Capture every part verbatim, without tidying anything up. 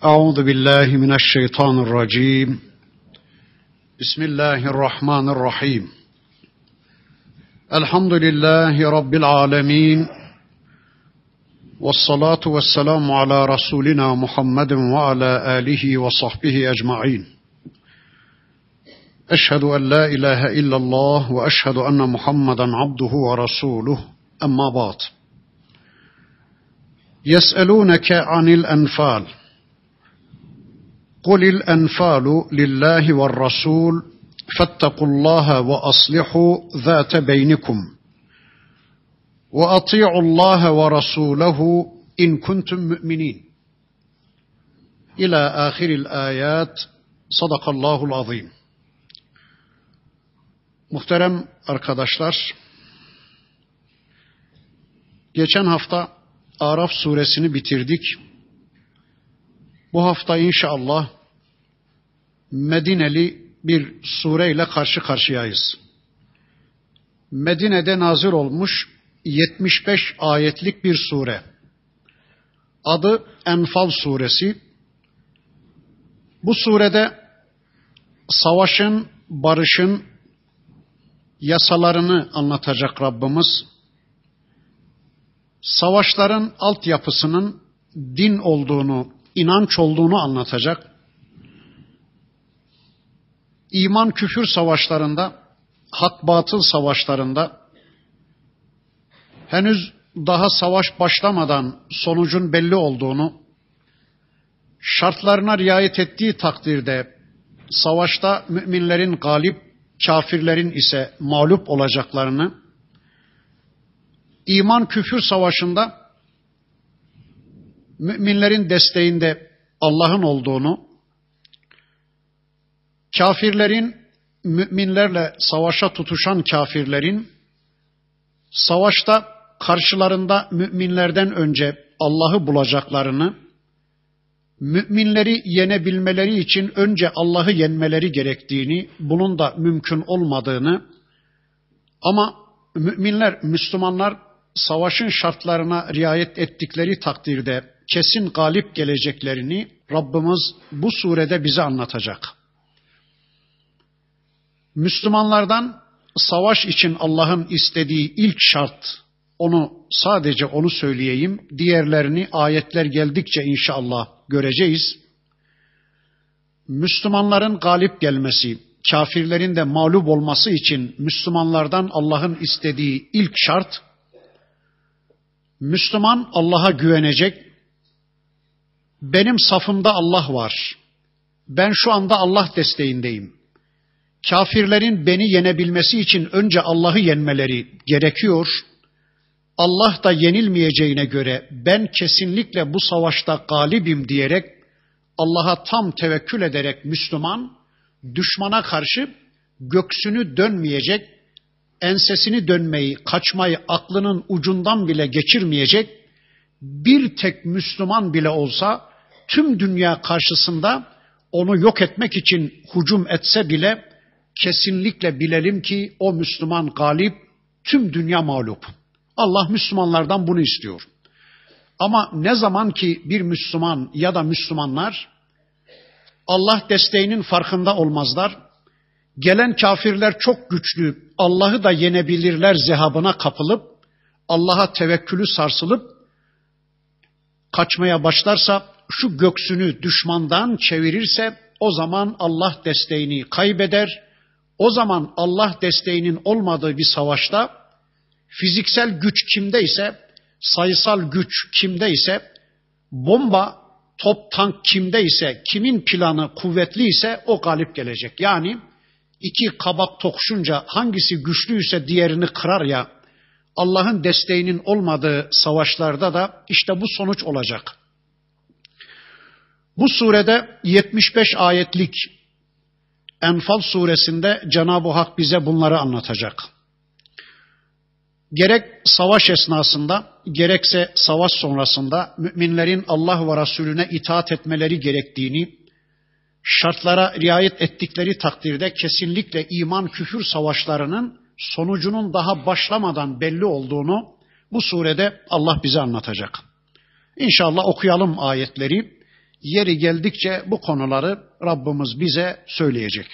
أعوذ بالله من الشيطان الرجيم بسم الله الرحمن الرحيم الحمد لله رب العالمين والصلاة والسلام على رسولنا محمد وعلى آله وصحبه أجمعين أشهد أن لا إله إلا الله وأشهد أن محمدا عبده ورسوله أما بعد يسألونك عن الأنفال قل الأنفال لله والرسول فاتقوا الله وأصلحوا ذات بينكم وأطيعوا الله ورسوله إن كنتم مؤمنين إلى آخر الآيات صدق الله العظيم. Muhterem arkadaşlar, geçen hafta Araf suresini bitirdik. Bu hafta inşallah Medineli bir sureyle karşı karşıyayız. Medine'de nazil olmuş yetmiş beş ayetlik bir sure. Adı Enfal suresi. Bu surede savaşın, barışın yasalarını anlatacak Rabbimiz. Savaşların altyapısının din olduğunu, inanç olduğunu anlatacak. İman küfür savaşlarında, hak batıl savaşlarında henüz daha savaş başlamadan sonucun belli olduğunu, şartlarına riayet ettiği takdirde savaşta müminlerin galip, kafirlerin ise mağlup olacaklarını, iman küfür savaşında müminlerin desteğinde Allah'ın olduğunu, kafirlerin, müminlerle savaşa tutuşan kafirlerin, savaşta karşılarında müminlerden önce Allah'ı bulacaklarını, müminleri yenebilmeleri için önce Allah'ı yenmeleri gerektiğini, bunun da mümkün olmadığını, ama müminler, Müslümanlar savaşın şartlarına riayet ettikleri takdirde kesin galip geleceklerini Rabbimiz bu surede bize anlatacak. Müslümanlardan savaş için Allah'ın istediği ilk şart, onu sadece onu söyleyeyim, diğerlerini ayetler geldikçe inşallah göreceğiz. Müslümanların galip gelmesi, kafirlerin de mağlup olması için Müslümanlardan Allah'ın istediği ilk şart, Müslüman Allah'a güvenecek, benim safımda Allah var, ben şu anda Allah desteğindeyim. Kafirlerin beni yenebilmesi için önce Allah'ı yenmeleri gerekiyor. Allah da yenilmeyeceğine göre ben kesinlikle bu savaşta galibim diyerek Allah'a tam tevekkül ederek Müslüman, düşmana karşı göksünü dönmeyecek, ensesini dönmeyi, kaçmayı aklının ucundan bile geçirmeyecek, bir tek Müslüman bile olsa tüm dünya karşısında onu yok etmek için hücum etse bile kesinlikle bilelim ki o Müslüman galip, tüm dünya mağlup. Allah Müslümanlardan bunu istiyor. Ama ne zaman ki bir Müslüman ya da Müslümanlar Allah desteğinin farkında olmazlar, gelen kafirler çok güçlü, Allah'ı da yenebilirler zehabına kapılıp, Allah'a tevekkülü sarsılıp, kaçmaya başlarsa, şu göksünü düşmandan çevirirse, o zaman Allah desteğini kaybeder. O zaman Allah desteğinin olmadığı bir savaşta, fiziksel güç kimde ise, sayısal güç kimde ise, bomba, top, tank kimde ise, kimin planı kuvvetli ise o galip gelecek. Yani iki kabak tokuşunca hangisi güçlüyse diğerini kırar ya, Allah'ın desteğinin olmadığı savaşlarda da işte bu sonuç olacak. Bu surede yetmiş beş ayetlik Enfal suresinde Cenab-ı Hak bize bunları anlatacak. Gerek savaş esnasında, gerekse savaş sonrasında müminlerin Allah ve Resulüne itaat etmeleri gerektiğini, şartlara riayet ettikleri takdirde kesinlikle iman küfür savaşlarının sonucunun daha başlamadan belli olduğunu bu surede Allah bize anlatacak. İnşallah okuyalım ayetleri. Yeri geldikçe bu konuları Rabbimiz bize söyleyecek.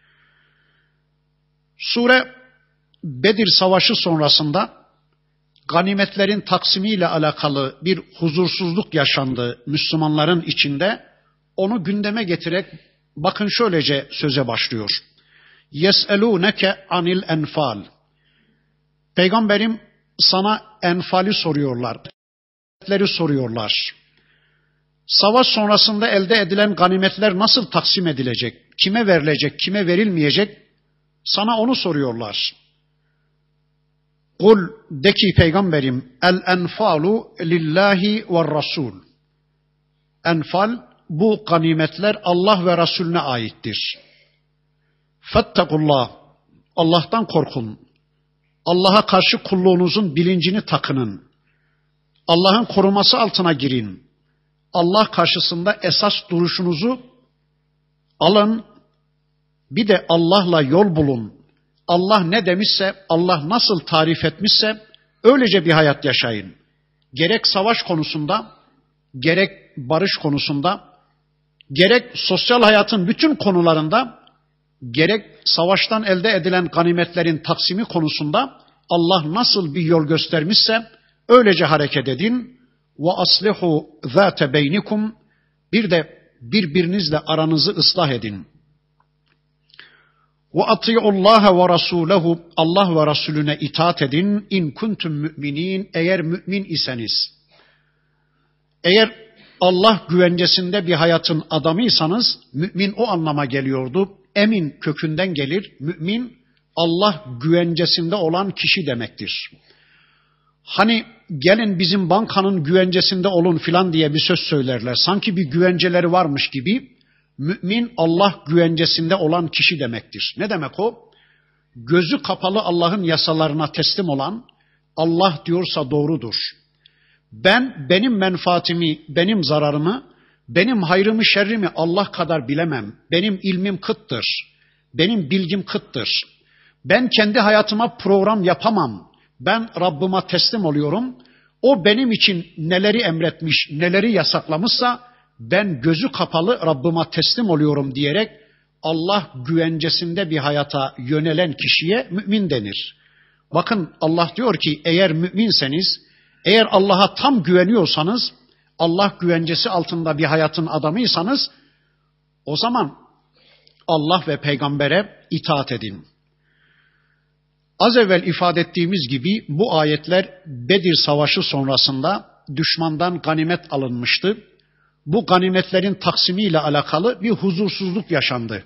Sure Bedir Savaşı sonrasında ganimetlerin taksimiyle alakalı bir huzursuzluk yaşandı Müslümanların içinde. Onu gündeme getirerek bakın şöylece söze başlıyor. Yes'elûneke anil enfal. Peygamberim sana enfali soruyorlar. Ganimetleri soruyorlar. Savaş sonrasında elde edilen ganimetler nasıl taksim edilecek? Kime verilecek, kime verilmeyecek? Sana onu soruyorlar. Kul de ki peygamberim el enfalu lillahi ve rasul. Enfal bu ganimetler Allah ve Resulüne aittir. Fettakullah. Allah'tan korkun. Allah'a karşı kulluğunuzun bilincini takının. Allah'ın koruması altına girin. Allah karşısında esas duruşunuzu alın. Bir de Allah'la yol bulun. Allah ne demişse, Allah nasıl tarif etmişse öylece bir hayat yaşayın. Gerek savaş konusunda, gerek barış konusunda, gerek sosyal hayatın bütün konularında, gerek savaştan elde edilen ganimetlerin taksimi konusunda Allah nasıl bir yol göstermişse öylece hareket edin. Ve aslihu zâte beynikum. Bir de birbirinizle aranızı ıslah edin. Ve ati'ullaha ve rasulehu. Allah ve Resulüne itaat edin. İn kuntum müminin. Eğer mümin iseniz. Eğer Allah güvencesinde bir hayatın adamıysanız, mümin o anlama geliyordu. Emin kökünden gelir. Mümin Allah güvencesinde olan kişi demektir. Hani gelin bizim bankanın güvencesinde olun filan diye bir söz söylerler. Sanki bir güvenceleri varmış gibi. Mümin Allah güvencesinde olan kişi demektir. Ne demek o? Gözü kapalı Allah'ın yasalarına teslim olan, Allah diyorsa doğrudur. Ben benim menfaatimi, benim zararımı, benim hayrımı şerrimi Allah kadar bilemem. Benim ilmim kıttır. Benim bilgim kıttır. Ben kendi hayatıma program yapamam. Ben Rabbıma teslim oluyorum. O benim için neleri emretmiş, neleri yasaklamışsa ben gözü kapalı Rabbıma teslim oluyorum diyerek Allah güvencesinde bir hayata yönelen kişiye mümin denir. Bakın Allah diyor ki eğer müminseniz, eğer Allah'a tam güveniyorsanız, Allah güvencesi altında bir hayatın adamıysanız o zaman Allah ve peygambere itaat edin. Az evvel ifade ettiğimiz gibi bu ayetler Bedir Savaşı sonrasında düşmandan ganimet alınmıştı. Bu ganimetlerin taksimiyle alakalı bir huzursuzluk yaşandı.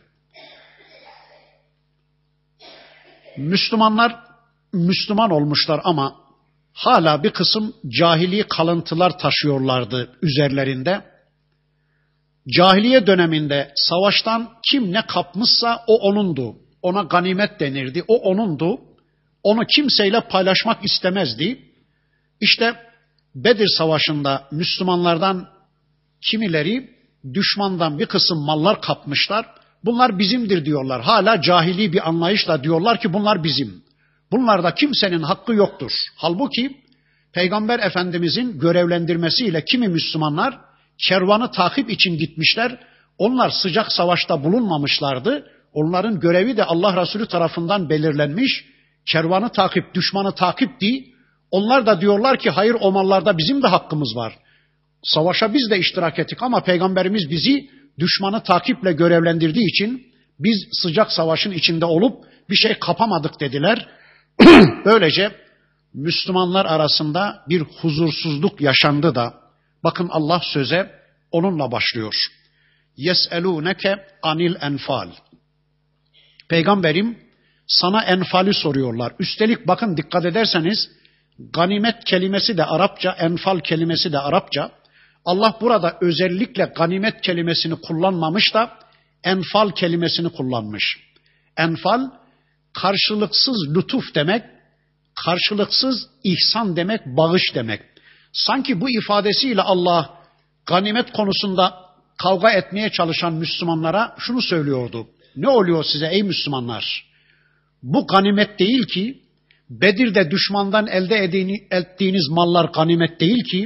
Müslümanlar Müslüman olmuşlar ama hala bir kısım cahili kalıntılar taşıyorlardı üzerlerinde. Cahiliye döneminde savaştan kim ne kapmışsa o onundu. Ona ganimet denirdi. O onundu. Onu kimseyle paylaşmak istemezdi. İşte Bedir Savaşı'nda Müslümanlardan kimileri düşmandan bir kısım mallar kapmışlar. Bunlar bizimdir diyorlar. Hala cahili bir anlayışla diyorlar ki bunlar bizim. Bunlarda kimsenin hakkı yoktur. Halbuki Peygamber Efendimizin görevlendirmesiyle kimi Müslümanlar kervanı takip için gitmişler. Onlar sıcak savaşta bulunmamışlardı. Onların görevi de Allah Resulü tarafından belirlenmiş. Kervanı takip, düşmanı takipti. Onlar da diyorlar ki hayır o mallarda bizim de hakkımız var. Savaşa biz de iştirak ettik ama Peygamberimiz bizi düşmanı takiple görevlendirdiği için biz sıcak savaşın içinde olup bir şey kapamadık dediler. Böylece Müslümanlar arasında bir huzursuzluk yaşandı da bakın Allah söze onunla başlıyor. Yes'elûneke anil enfal. Peygamberim sana enfali soruyorlar. Üstelik bakın dikkat ederseniz ganimet kelimesi de Arapça, enfal kelimesi de Arapça. Allah burada özellikle ganimet kelimesini kullanmamış da enfal kelimesini kullanmış. Enfal karşılıksız lütuf demek, karşılıksız ihsan demek, bağış demek. Sanki bu ifadesiyle Allah ganimet konusunda kavga etmeye çalışan Müslümanlara şunu söylüyordu. Ne oluyor size ey Müslümanlar? Bu ganimet değil ki, Bedir'de düşmandan elde ettiğiniz mallar ganimet değil ki,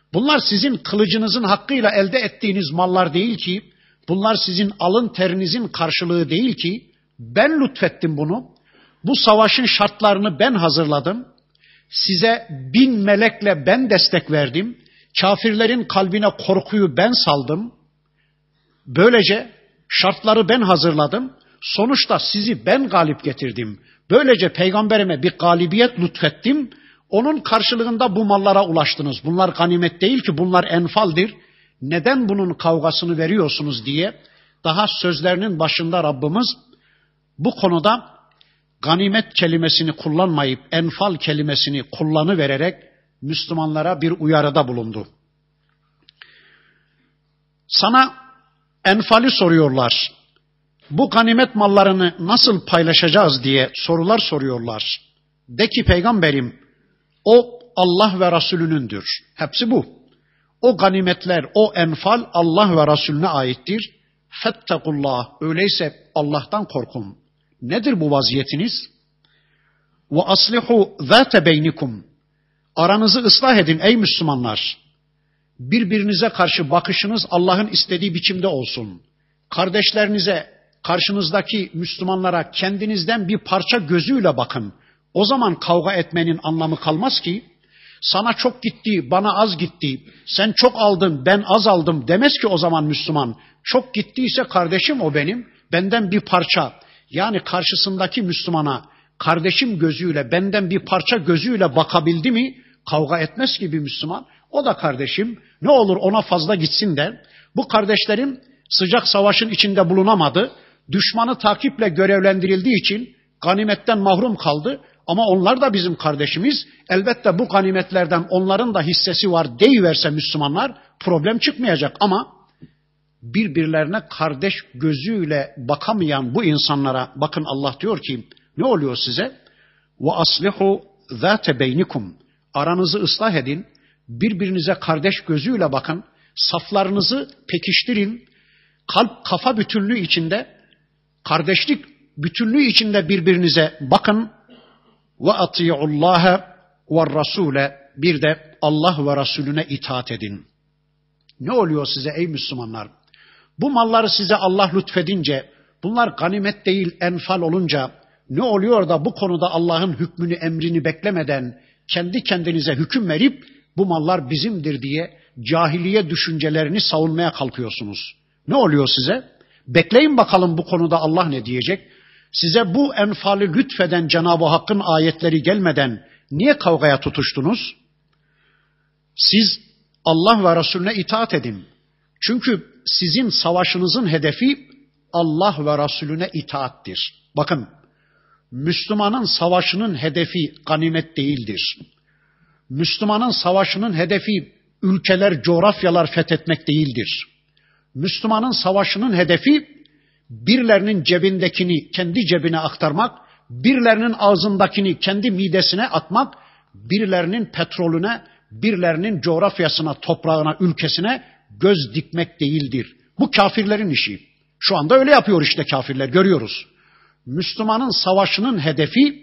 Bunlar sizin kılıcınızın hakkıyla elde ettiğiniz mallar değil ki, bunlar sizin alın terinizin karşılığı değil ki, ben lütfettim bunu. Bu savaşın şartlarını ben hazırladım. Size bin melekle ben destek verdim. Kafirlerin kalbine korkuyu ben saldım. Böylece şartları ben hazırladım. Sonuçta sizi ben galip getirdim. Böylece peygamberime bir galibiyet lütfettim. Onun karşılığında bu mallara ulaştınız. Bunlar ganimet değil ki, bunlar enfaldir. Neden bunun kavgasını veriyorsunuz diye daha sözlerinin başında Rabbimiz bu konuda ganimet kelimesini kullanmayıp enfal kelimesini kullanıvererek Müslümanlara bir uyarıda bulundu. Sana enfali soruyorlar. Bu ganimet mallarını nasıl paylaşacağız diye sorular soruyorlar. De ki peygamberim, o Allah ve Resulünündür. Hepsi bu. O ganimetler, o enfal Allah ve Resulüne aittir. Fettekullah. Öyleyse Allah'tan korkun. Nedir bu vaziyetiniz? Ve aslihu zâte beynikum. Aranızı ıslah edin ey Müslümanlar. Birbirinize karşı bakışınız Allah'ın istediği biçimde olsun. Kardeşlerinize, karşınızdaki Müslümanlara kendinizden bir parça gözüyle bakın. O zaman kavga etmenin anlamı kalmaz ki. Sana çok gitti, bana az gitti. Sen çok aldın, ben az aldım demez ki o zaman Müslüman. Çok gittiyse kardeşim o benim, benden bir parça. Yani karşısındaki Müslümana kardeşim gözüyle, benden bir parça gözüyle bakabildi mi kavga etmez ki bir Müslüman. O da kardeşim, ne olur ona fazla gitsin der. Bu kardeşlerim sıcak savaşın içinde bulunamadı. Düşmanı takiple görevlendirildiği için ganimetten mahrum kaldı. Ama onlar da bizim kardeşimiz. Elbette bu ganimetlerden onların da hissesi var deyiverse Müslümanlar problem çıkmayacak. Ama birbirlerine kardeş gözüyle bakamayan bu insanlara bakın Allah diyor ki ne oluyor size? Ve aslihu zâte beynikum. Aranızı ıslah edin. Birbirinize kardeş gözüyle bakın. Saflarınızı pekiştirin. Kalp kafa bütünlüğü içinde, kardeşlik bütünlüğü içinde birbirinize bakın. Ve ati'ullaha ve rasule. Bir de Allah ve Resulüne itaat edin. Ne oluyor size ey Müslümanlar? Bu malları size Allah lütfedince, bunlar ganimet değil enfal olunca ne oluyor da bu konuda Allah'ın hükmünü, emrini beklemeden kendi kendinize hüküm verip bu mallar bizimdir diye cahiliye düşüncelerini savunmaya kalkıyorsunuz? Ne oluyor size? Bekleyin bakalım bu konuda Allah ne diyecek? Size bu enfali lütfeden Cenab-ı Hakk'ın ayetleri gelmeden niye kavgaya tutuştunuz? Siz Allah ve Resulüne itaat edin. Çünkü sizin savaşınızın hedefi Allah ve Resulüne itaattir. Bakın, Müslümanın savaşının hedefi ganimet değildir. Müslümanın savaşının hedefi ülkeler, coğrafyalar fethetmek değildir. Müslümanın savaşının hedefi birilerinin cebindekini kendi cebine aktarmak, birilerinin ağzındakini kendi midesine atmak, birilerinin petrolüne, birilerinin coğrafyasına, toprağına, ülkesine göz dikmek değildir. Bu kafirlerin işi. Şu anda öyle yapıyor işte kafirler, görüyoruz. Müslümanın savaşının hedefi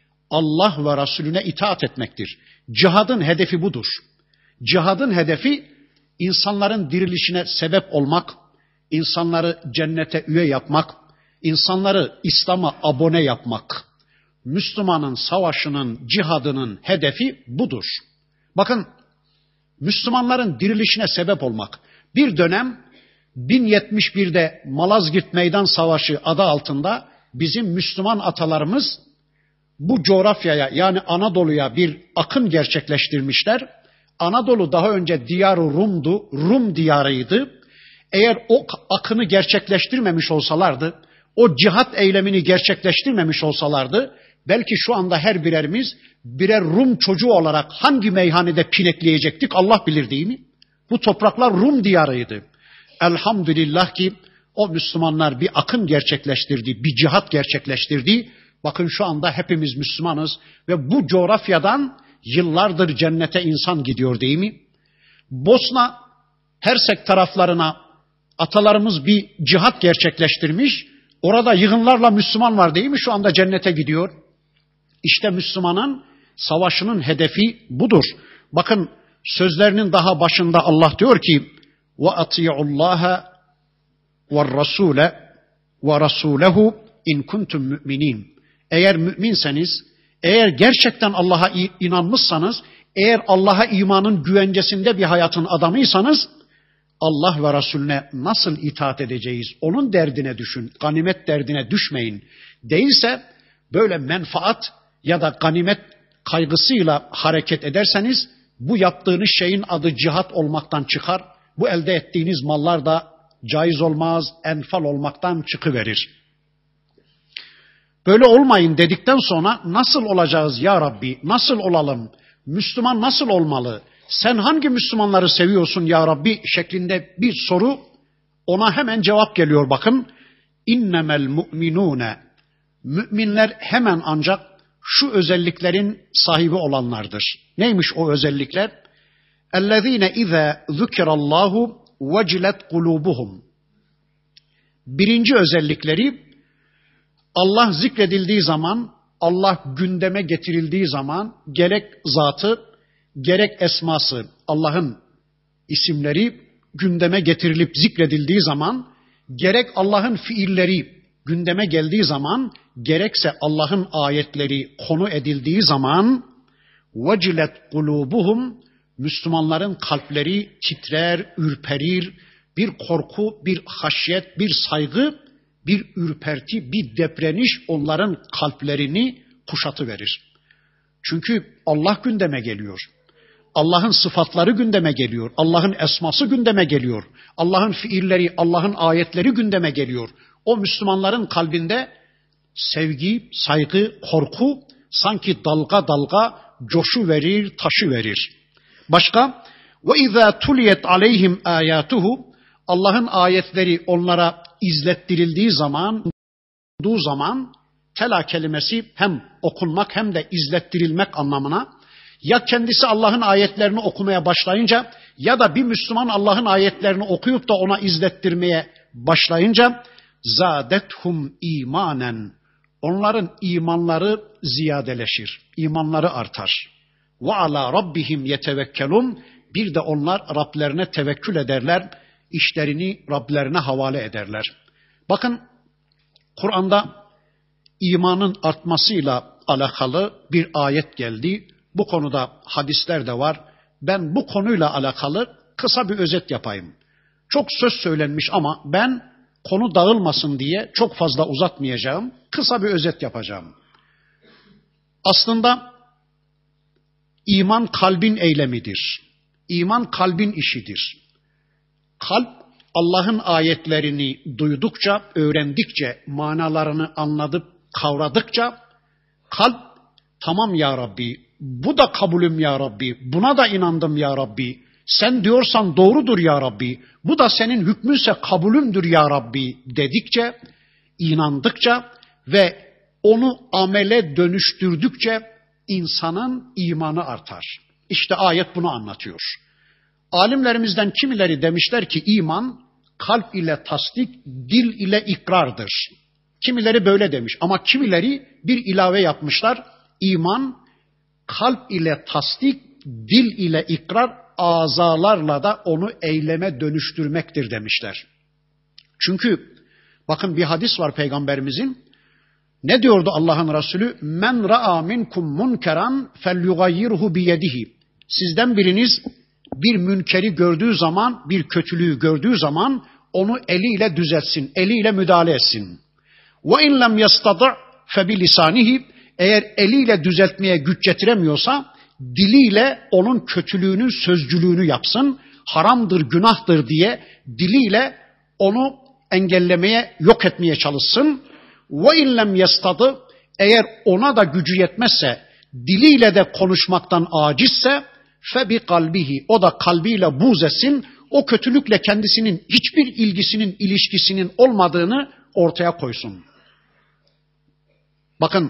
Allah ve Resulüne itaat etmektir. Cihadın hedefi budur. Cihadın hedefi insanların dirilişine sebep olmak, insanları cennete üye yapmak, insanları İslam'a abone yapmak. Müslümanın savaşının, cihadının hedefi budur. Bakın, Müslümanların dirilişine sebep olmak. Bir dönem bin yetmiş birde Malazgirt Meydan Savaşı adı altında bizim Müslüman atalarımız bu coğrafyaya yani Anadolu'ya bir akın gerçekleştirmişler. Anadolu daha önce diyar-ı Rum'du, Rum diyarıydı. Eğer o akını gerçekleştirmemiş olsalardı, o cihat eylemini gerçekleştirmemiş olsalardı, belki şu anda her birerimiz birer Rum çocuğu olarak hangi meyhanede pinekleyecektik Allah bilir değil mi? Bu topraklar Rum diyarıydı. Elhamdülillah ki o Müslümanlar bir akın gerçekleştirdi, bir cihat gerçekleştirdi. Bakın şu anda hepimiz Müslümanız ve bu coğrafyadan yıllardır cennete insan gidiyor değil mi? Bosna, Hersek taraflarına atalarımız bir cihat gerçekleştirmiş. Orada yığınlarla Müslüman var değil mi? Şu anda cennete gidiyor. İşte Müslümanın savaşının hedefi budur. Bakın Sözlerinin daha başında Allah diyor ki ve ati'ullaha ve rasule ve rasulehu in kuntum müminin. Eğer müminseniz, eğer gerçekten Allah'a inanmışsanız, eğer Allah'a imanın güvencesinde bir hayatın adamıysanız, Allah ve Resulüne nasıl itaat edeceğiz? Onun derdine düşün, ganimet derdine düşmeyin. Değilse böyle menfaat ya da ganimet kaygısıyla hareket ederseniz, bu yaptığınız şeyin adı cihat olmaktan çıkar. Bu elde ettiğiniz mallar da caiz olmaz, enfal olmaktan çıkıverir. Böyle olmayın dedikten sonra nasıl olacağız ya Rabbi? Nasıl olalım? Müslüman nasıl olmalı? Sen hangi Müslümanları seviyorsun ya Rabbi? Şeklinde bir soru, ona hemen cevap geliyor bakın. İnnemel mu'minune. Müminler hemen ancak şu özelliklerin sahibi olanlardır. Neymiş o özellikler? Ellezine izâ zükirallahu vecilet kulubuhum. Birinci özellikleri, Allah zikredildiği zaman, Allah gündeme getirildiği zaman, gerek zatı, gerek esması, Allah'ın isimleri gündeme getirilip zikredildiği zaman, gerek Allah'ın fiilleri gündeme geldiği zaman, gerekse Allah'ın ayetleri konu edildiği zaman, vecilet kulubuhum, Müslümanların kalpleri titrer, ürperir, bir korku, bir haşyet, bir saygı, bir ürperti, bir depreniş onların kalplerini kuşatıverir. Çünkü Allah gündeme geliyor. Allah'ın sıfatları gündeme geliyor. Allah'ın esması gündeme geliyor. Allah'ın fiilleri, Allah'ın ayetleri gündeme geliyor. O Müslümanların kalbinde sevgi, saygı, korku sanki dalga dalga coşu verir, taşı verir. Başka, ve izâ tuliyet aleyhim âyâtuhu, Allah'ın ayetleri onlara izlettirildiği zaman, olduğu zaman, tela kelimesi hem okunmak hem de izlettirilmek anlamına, ya kendisi Allah'ın ayetlerini okumaya başlayınca ya da bir Müslüman Allah'ın ayetlerini okuyup da ona izlettirmeye başlayınca, zâdethum imanen, onların imanları ziyadeleşir, imanları artar. Ve alâ rabbihim yetevekkelun, bir de onlar Rablerine tevekkül ederler, işlerini Rablerine havale ederler. Bakın Kur'an'da imanın artmasıyla alakalı bir ayet geldi. Bu konuda hadisler de var. Ben bu konuyla alakalı kısa bir özet yapayım. Çok söz söylenmiş ama ben konu dağılmasın diye çok fazla uzatmayacağım. Kısa bir özet yapacağım. Aslında iman kalbin eylemidir. İman kalbin işidir. Kalp Allah'ın ayetlerini duydukça, öğrendikçe, manalarını anladıp kavradıkça kalp tamam ya Rabbi, bu da kabulüm ya Rabbi, buna da inandım ya Rabbi, sen diyorsan doğrudur ya Rabbi, bu da senin hükmünse kabulümdür ya Rabbi dedikçe, inandıkça ve onu amele dönüştürdükçe insanın imanı artar. İşte ayet bunu anlatıyor. Alimlerimizden kimileri demişler ki iman kalp ile tasdik, dil ile ikrardır. Kimileri böyle demiş ama kimileri bir ilave yapmışlar. İman kalp ile tasdik, dil ile ikrar, azalarla da onu eyleme dönüştürmektir demişler. Çünkü bakın bir hadis var Peygamberimizin. Ne diyordu Allah'ın Resulü? Men ra'a minkum munkeran felyughayyirhu biyedihi. Sizden biriniz bir münkeri gördüğü zaman, bir kötülüğü gördüğü zaman onu eliyle düzeltsin, eliyle müdahale etsin. Ve in lem yastati' fe bi lisanihi, eğer eliyle düzeltmeye güç getiremiyorsa diliyle onun kötülüğünün sözcülüğünü yapsın. Haramdır, günahtır diye diliyle onu engellemeye, yok etmeye çalışsın. Ve in lem yastati', eğer ona da gücü yetmezse, diliyle de konuşmaktan acizse fe bi kalbihi, o da kalbiyle buğz etsin, o kötülükle kendisinin hiçbir ilgisinin, ilişkisinin olmadığını ortaya koysun. Bakın,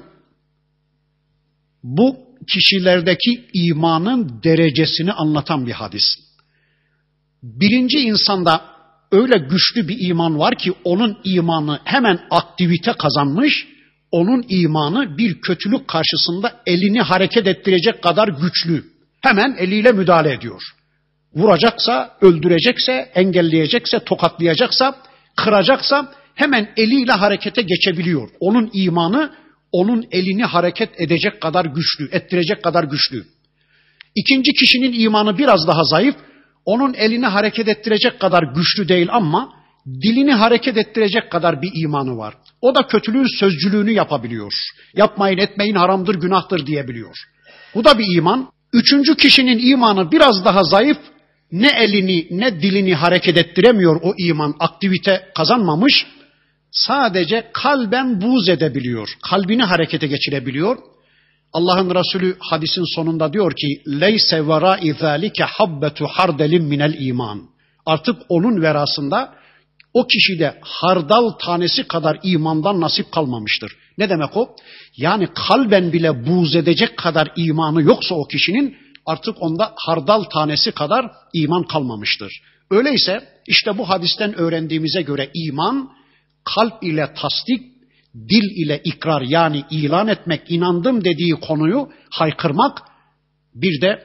bu kişilerdeki imanın derecesini anlatan bir hadis. Birinci insanda öyle güçlü bir iman var ki onun imanı hemen aktivite kazanmış, onun imanı bir kötülük karşısında elini hareket ettirecek kadar güçlü. Hemen eliyle müdahale ediyor. Vuracaksa, öldürecekse, engelleyecekse, tokatlayacaksa, kıracaksa hemen eliyle harekete geçebiliyor. Onun imanı onun elini hareket edecek kadar güçlü, ettirecek kadar güçlü. İkinci kişinin imanı biraz daha zayıf. Onun elini hareket ettirecek kadar güçlü değil ama dilini hareket ettirecek kadar bir imanı var. O da kötülüğün sözcülüğünü yapabiliyor. Yapmayın, etmeyin, haramdır, günahtır diyebiliyor. Bu da bir iman. Üçüncü kişinin imanı biraz daha zayıf. Ne elini ne dilini hareket ettiremiyor, o iman aktivite kazanmamış. Sadece kalben buğz edebiliyor. Kalbini harekete geçirebiliyor. Allah'ın Resulü hadisin sonunda diyor ki leyse vera'i zalike habbetu hardelin minel iman. Artık onun verasında o kişide hardal tanesi kadar imandan nasip kalmamıştır. Ne demek o? Yani kalben bile buğz edecek kadar imanı yoksa o kişinin artık onda hardal tanesi kadar iman kalmamıştır. Öyleyse işte bu hadisten öğrendiğimize göre iman kalp ile tasdik, dil ile ikrar yani ilan etmek, inandım dediği konuyu haykırmak, bir de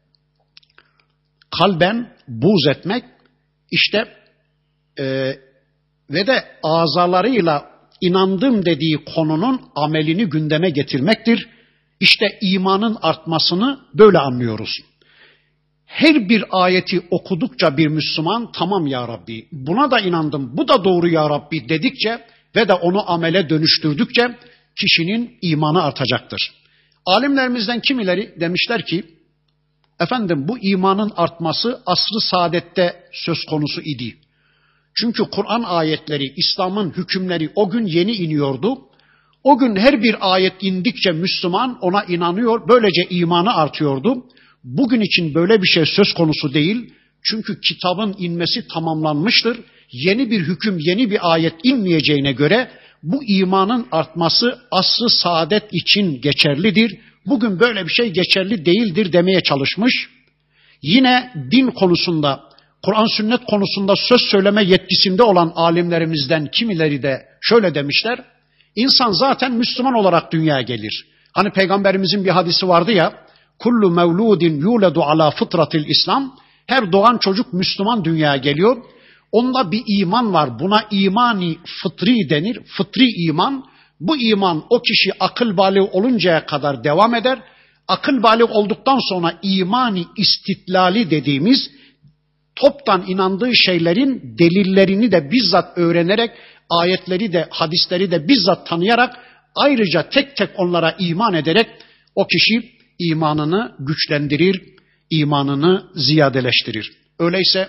kalben buğz etmek, işte e, ve de azalarıyla inandım dediği konunun amelini gündeme getirmektir. İşte imanın artmasını böyle anlıyoruz. Her bir ayeti okudukça bir Müslüman tamam ya Rabbi, buna da inandım, bu da doğru ya Rabbi dedikçe ve de onu amele dönüştürdükçe kişinin imanı artacaktır. Alimlerimizden kimileri demişler ki, efendim bu imanın artması asr-ı saadette söz konusu idi. Çünkü Kur'an ayetleri, İslam'ın hükümleri o gün yeni iniyordu. O gün her bir ayet indikçe Müslüman ona inanıyor, böylece imanı artıyordu. Bugün için böyle bir şey söz konusu değil. Çünkü kitabın inmesi tamamlanmıştır. Yeni bir hüküm, yeni bir ayet inmeyeceğine göre bu imanın artması asr-ı saadet için geçerlidir. Bugün böyle bir şey geçerli değildir demeye çalışmış. Yine din konusunda, Kur'an sünnet konusunda söz söyleme yetkisinde olan alimlerimizden kimileri de şöyle demişler. İnsan zaten Müslüman olarak dünyaya gelir. Hani Peygamberimizin bir hadisi vardı ya, kullu mevludin yuledu ala fıtratil İslam. Her doğan çocuk Müslüman dünyaya geliyor. Onda bir iman var. Buna imani fıtri denir. Fıtri iman. Bu iman o kişi akıl balığı oluncaya kadar devam eder. Akıl balığı olduktan sonra imani istitlali dediğimiz toptan inandığı şeylerin delillerini de bizzat öğrenerek, ayetleri de hadisleri de bizzat tanıyarak, ayrıca tek tek onlara iman ederek o kişi imanını güçlendirir, imanını ziyadeleştirir. Öyleyse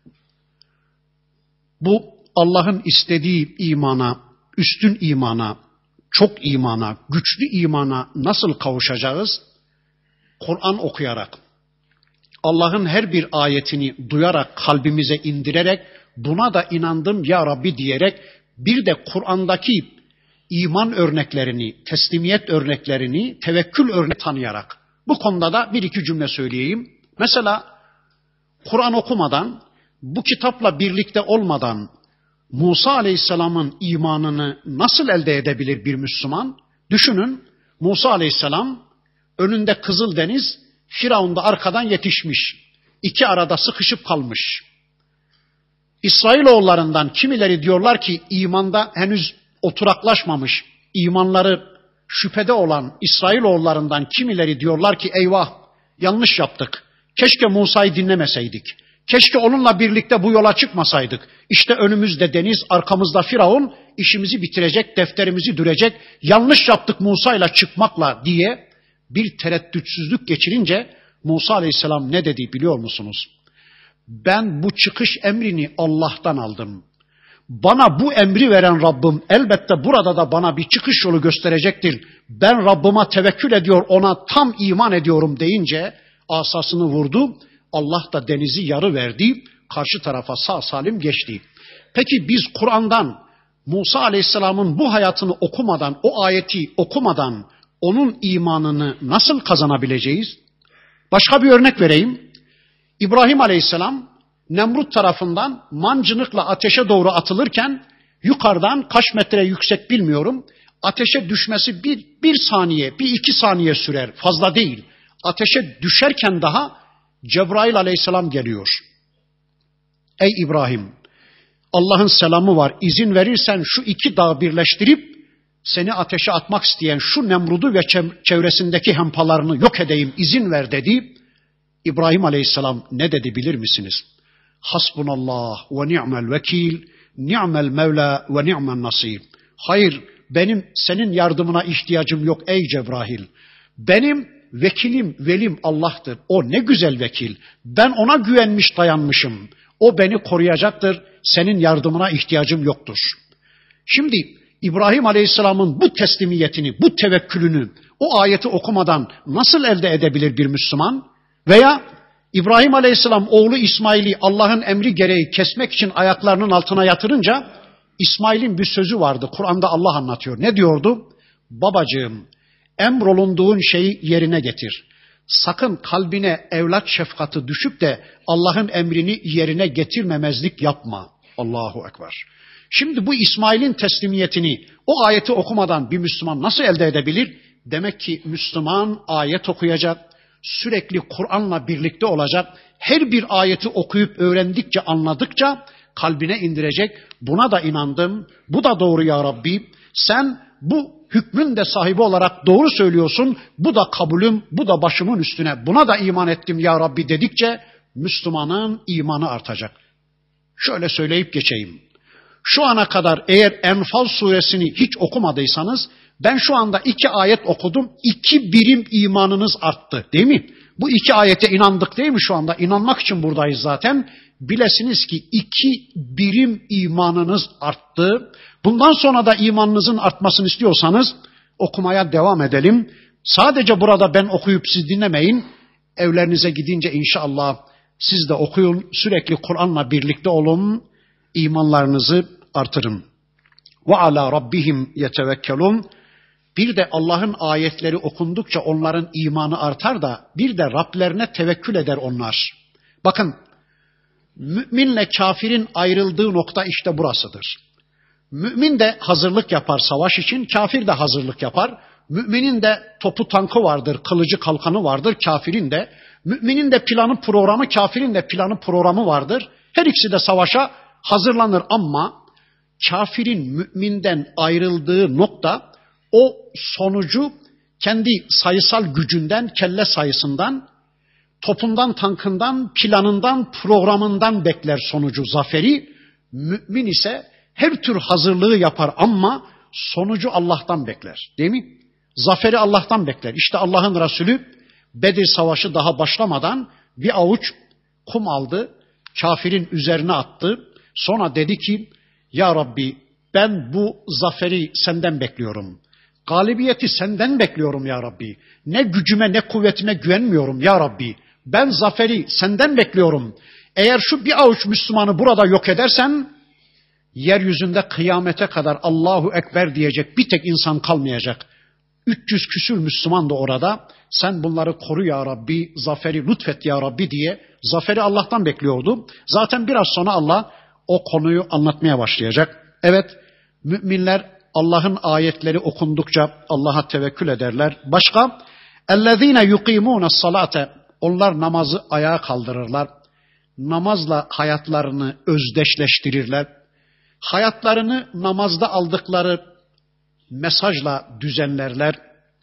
bu Allah'ın istediği imana, üstün imana, çok imana, güçlü imana nasıl kavuşacağız? Kur'an okuyarak, Allah'ın her bir ayetini duyarak, kalbimize indirerek, buna da inandım ya Rabbi diyerek, bir de Kur'an'daki iman örneklerini, teslimiyet örneklerini, tevekkül örnek tanıyarak. Bu konuda da bir iki cümle söyleyeyim. Mesela Kur'an okumadan, bu kitapla birlikte olmadan Musa Aleyhisselam'ın imanını nasıl elde edebilir bir Müslüman? Düşünün, Musa Aleyhisselam önünde Kızıldeniz, Firavun da arkadan yetişmiş. İki arada sıkışıp kalmış. İsrailoğullarından kimileri diyorlar ki imanda henüz oturaklaşmamış, imanları şüphede olan İsrailoğullarından kimileri diyorlar ki eyvah yanlış yaptık. Keşke Musa'yı dinlemeseydik. Keşke onunla birlikte bu yola çıkmasaydık. İşte önümüzde deniz, arkamızda Firavun, işimizi bitirecek, defterimizi dürecek. Yanlış yaptık Musa'yla çıkmakla diye bir tereddütsüzlük geçirince Musa Aleyhisselam ne dedi biliyor musunuz? Ben bu çıkış emrini Allah'tan aldım. Bana bu emri veren Rabbim elbette burada da bana bir çıkış yolu gösterecektir. Ben Rabbıma tevekkül ediyor, ona tam iman ediyorum deyince asasını vurdu. Allah da denizi yarı verdi, karşı tarafa sağ salim geçti. Peki biz Kur'an'dan Musa Aleyhisselam'ın bu hayatını okumadan, o ayeti okumadan onun imanını nasıl kazanabileceğiz? Başka bir örnek vereyim. İbrahim Aleyhisselam Nemrut tarafından mancınıkla ateşe doğru atılırken yukarıdan kaç metre yüksek bilmiyorum, ateşe düşmesi bir, bir saniye, bir iki saniye sürer, fazla değil. Ateşe düşerken daha Cebrail aleyhisselam geliyor. Ey İbrahim, Allah'ın selamı var, izin verirsen şu iki dağı birleştirip seni ateşe atmak isteyen şu Nemrud'u ve çevresindeki hempalarını yok edeyim, izin ver dedi. İbrahim aleyhisselam ne dedi bilir misiniz? Hasbunallah ve ni'mel vekil, ni'mel mevla ve ni'men nasir. Hayır, benim senin yardımına ihtiyacım yok ey Cebrail. Benim vekilim, velim Allah'tır. O ne güzel vekil. Ben ona güvenmiş, dayanmışım. O beni koruyacaktır. Senin yardımına ihtiyacım yoktur. Şimdi İbrahim Aleyhisselam'ın bu teslimiyetini, bu tevekkülünü o ayeti okumadan nasıl elde edebilir bir Müslüman? Veya İbrahim Aleyhisselam oğlu İsmail'i Allah'ın emri gereği kesmek için ayaklarının altına yatırınca İsmail'in bir sözü vardı. Kur'an'da Allah anlatıyor. Ne diyordu? Babacığım, emrolunduğun şeyi yerine getir. Sakın kalbine evlat şefkati düşüp de Allah'ın emrini yerine getirmemezlik yapma. Allahu Ekber. Şimdi bu İsmail'in teslimiyetini o ayeti okumadan bir Müslüman nasıl elde edebilir? Demek ki Müslüman ayet okuyacak, sürekli Kur'an'la birlikte olacak, her bir ayeti okuyup öğrendikçe, anladıkça kalbine indirecek. Buna da inandım, bu da doğru ya Rabbi. Sen bu hükmün de sahibi olarak doğru söylüyorsun, bu da kabulüm, bu da başımın üstüne, buna da iman ettim ya Rabbi dedikçe Müslümanın imanı artacak. Şöyle söyleyip geçeyim. Şu ana kadar eğer Enfal suresini hiç okumadıysanız, ben şu anda iki ayet okudum, iki birim imanınız arttı değil mi? Bu iki ayete inandık değil mi şu anda? İnanmak için buradayız zaten. Bilesiniz ki iki birim imanınız arttı. Bundan sonra da imanınızın artmasını istiyorsanız okumaya devam edelim. Sadece burada ben okuyup siz dinlemeyin. Evlerinize gidince inşallah siz de okuyun. Sürekli Kur'an'la birlikte olun. İmanlarınızı artırın. Ve ala rabbihim yetevekkelun. Bir de Allah'ın ayetleri okundukça onların imanı artar da bir de Rablerine tevekkül eder onlar. Bakın, müminle kafirin ayrıldığı nokta işte burasıdır. Mümin de hazırlık yapar savaş için, kafir de hazırlık yapar. Müminin de topu tankı vardır, kılıcı kalkanı vardır, kafirin de. Müminin de planı programı, kafirin de planı programı vardır. Her ikisi de savaşa hazırlanır ama kafirin müminden ayrıldığı nokta o sonucu kendi sayısal gücünden, kelle sayısından, topundan, tankından, planından, programından bekler sonucu, zaferi. Mümin ise her tür hazırlığı yapar ama sonucu Allah'tan bekler. Değil mi? Zaferi Allah'tan bekler. İşte Allah'ın Resulü Bedir Savaşı daha başlamadan bir avuç kum aldı, kafirin üzerine attı. Sonra dedi ki, ya Rabbi ben bu zaferi senden bekliyorum. Galibiyeti senden bekliyorum ya Rabbi. Ne gücüme ne kuvvetime güvenmiyorum ya Rabbi. Ben zaferi senden bekliyorum. Eğer şu bir avuç Müslümanı burada yok edersen, yeryüzünde kıyamete kadar Allahu Ekber diyecek bir tek insan kalmayacak. üç yüz küsür Müslüman da orada. Sen bunları koru ya Rabbi, zaferi lütfet ya Rabbi diye zaferi Allah'tan bekliyordu. Zaten biraz sonra Allah o konuyu anlatmaya başlayacak. Evet, müminler Allah'ın ayetleri okundukça Allah'a tevekkül ederler. Başka, اَلَّذ۪ينَ يُقِيمُونَ الصَّلَاةَ Onlar namazı ayağa kaldırırlar. Namazla hayatlarını özdeşleştirirler. Hayatlarını namazda aldıkları mesajla düzenlerler.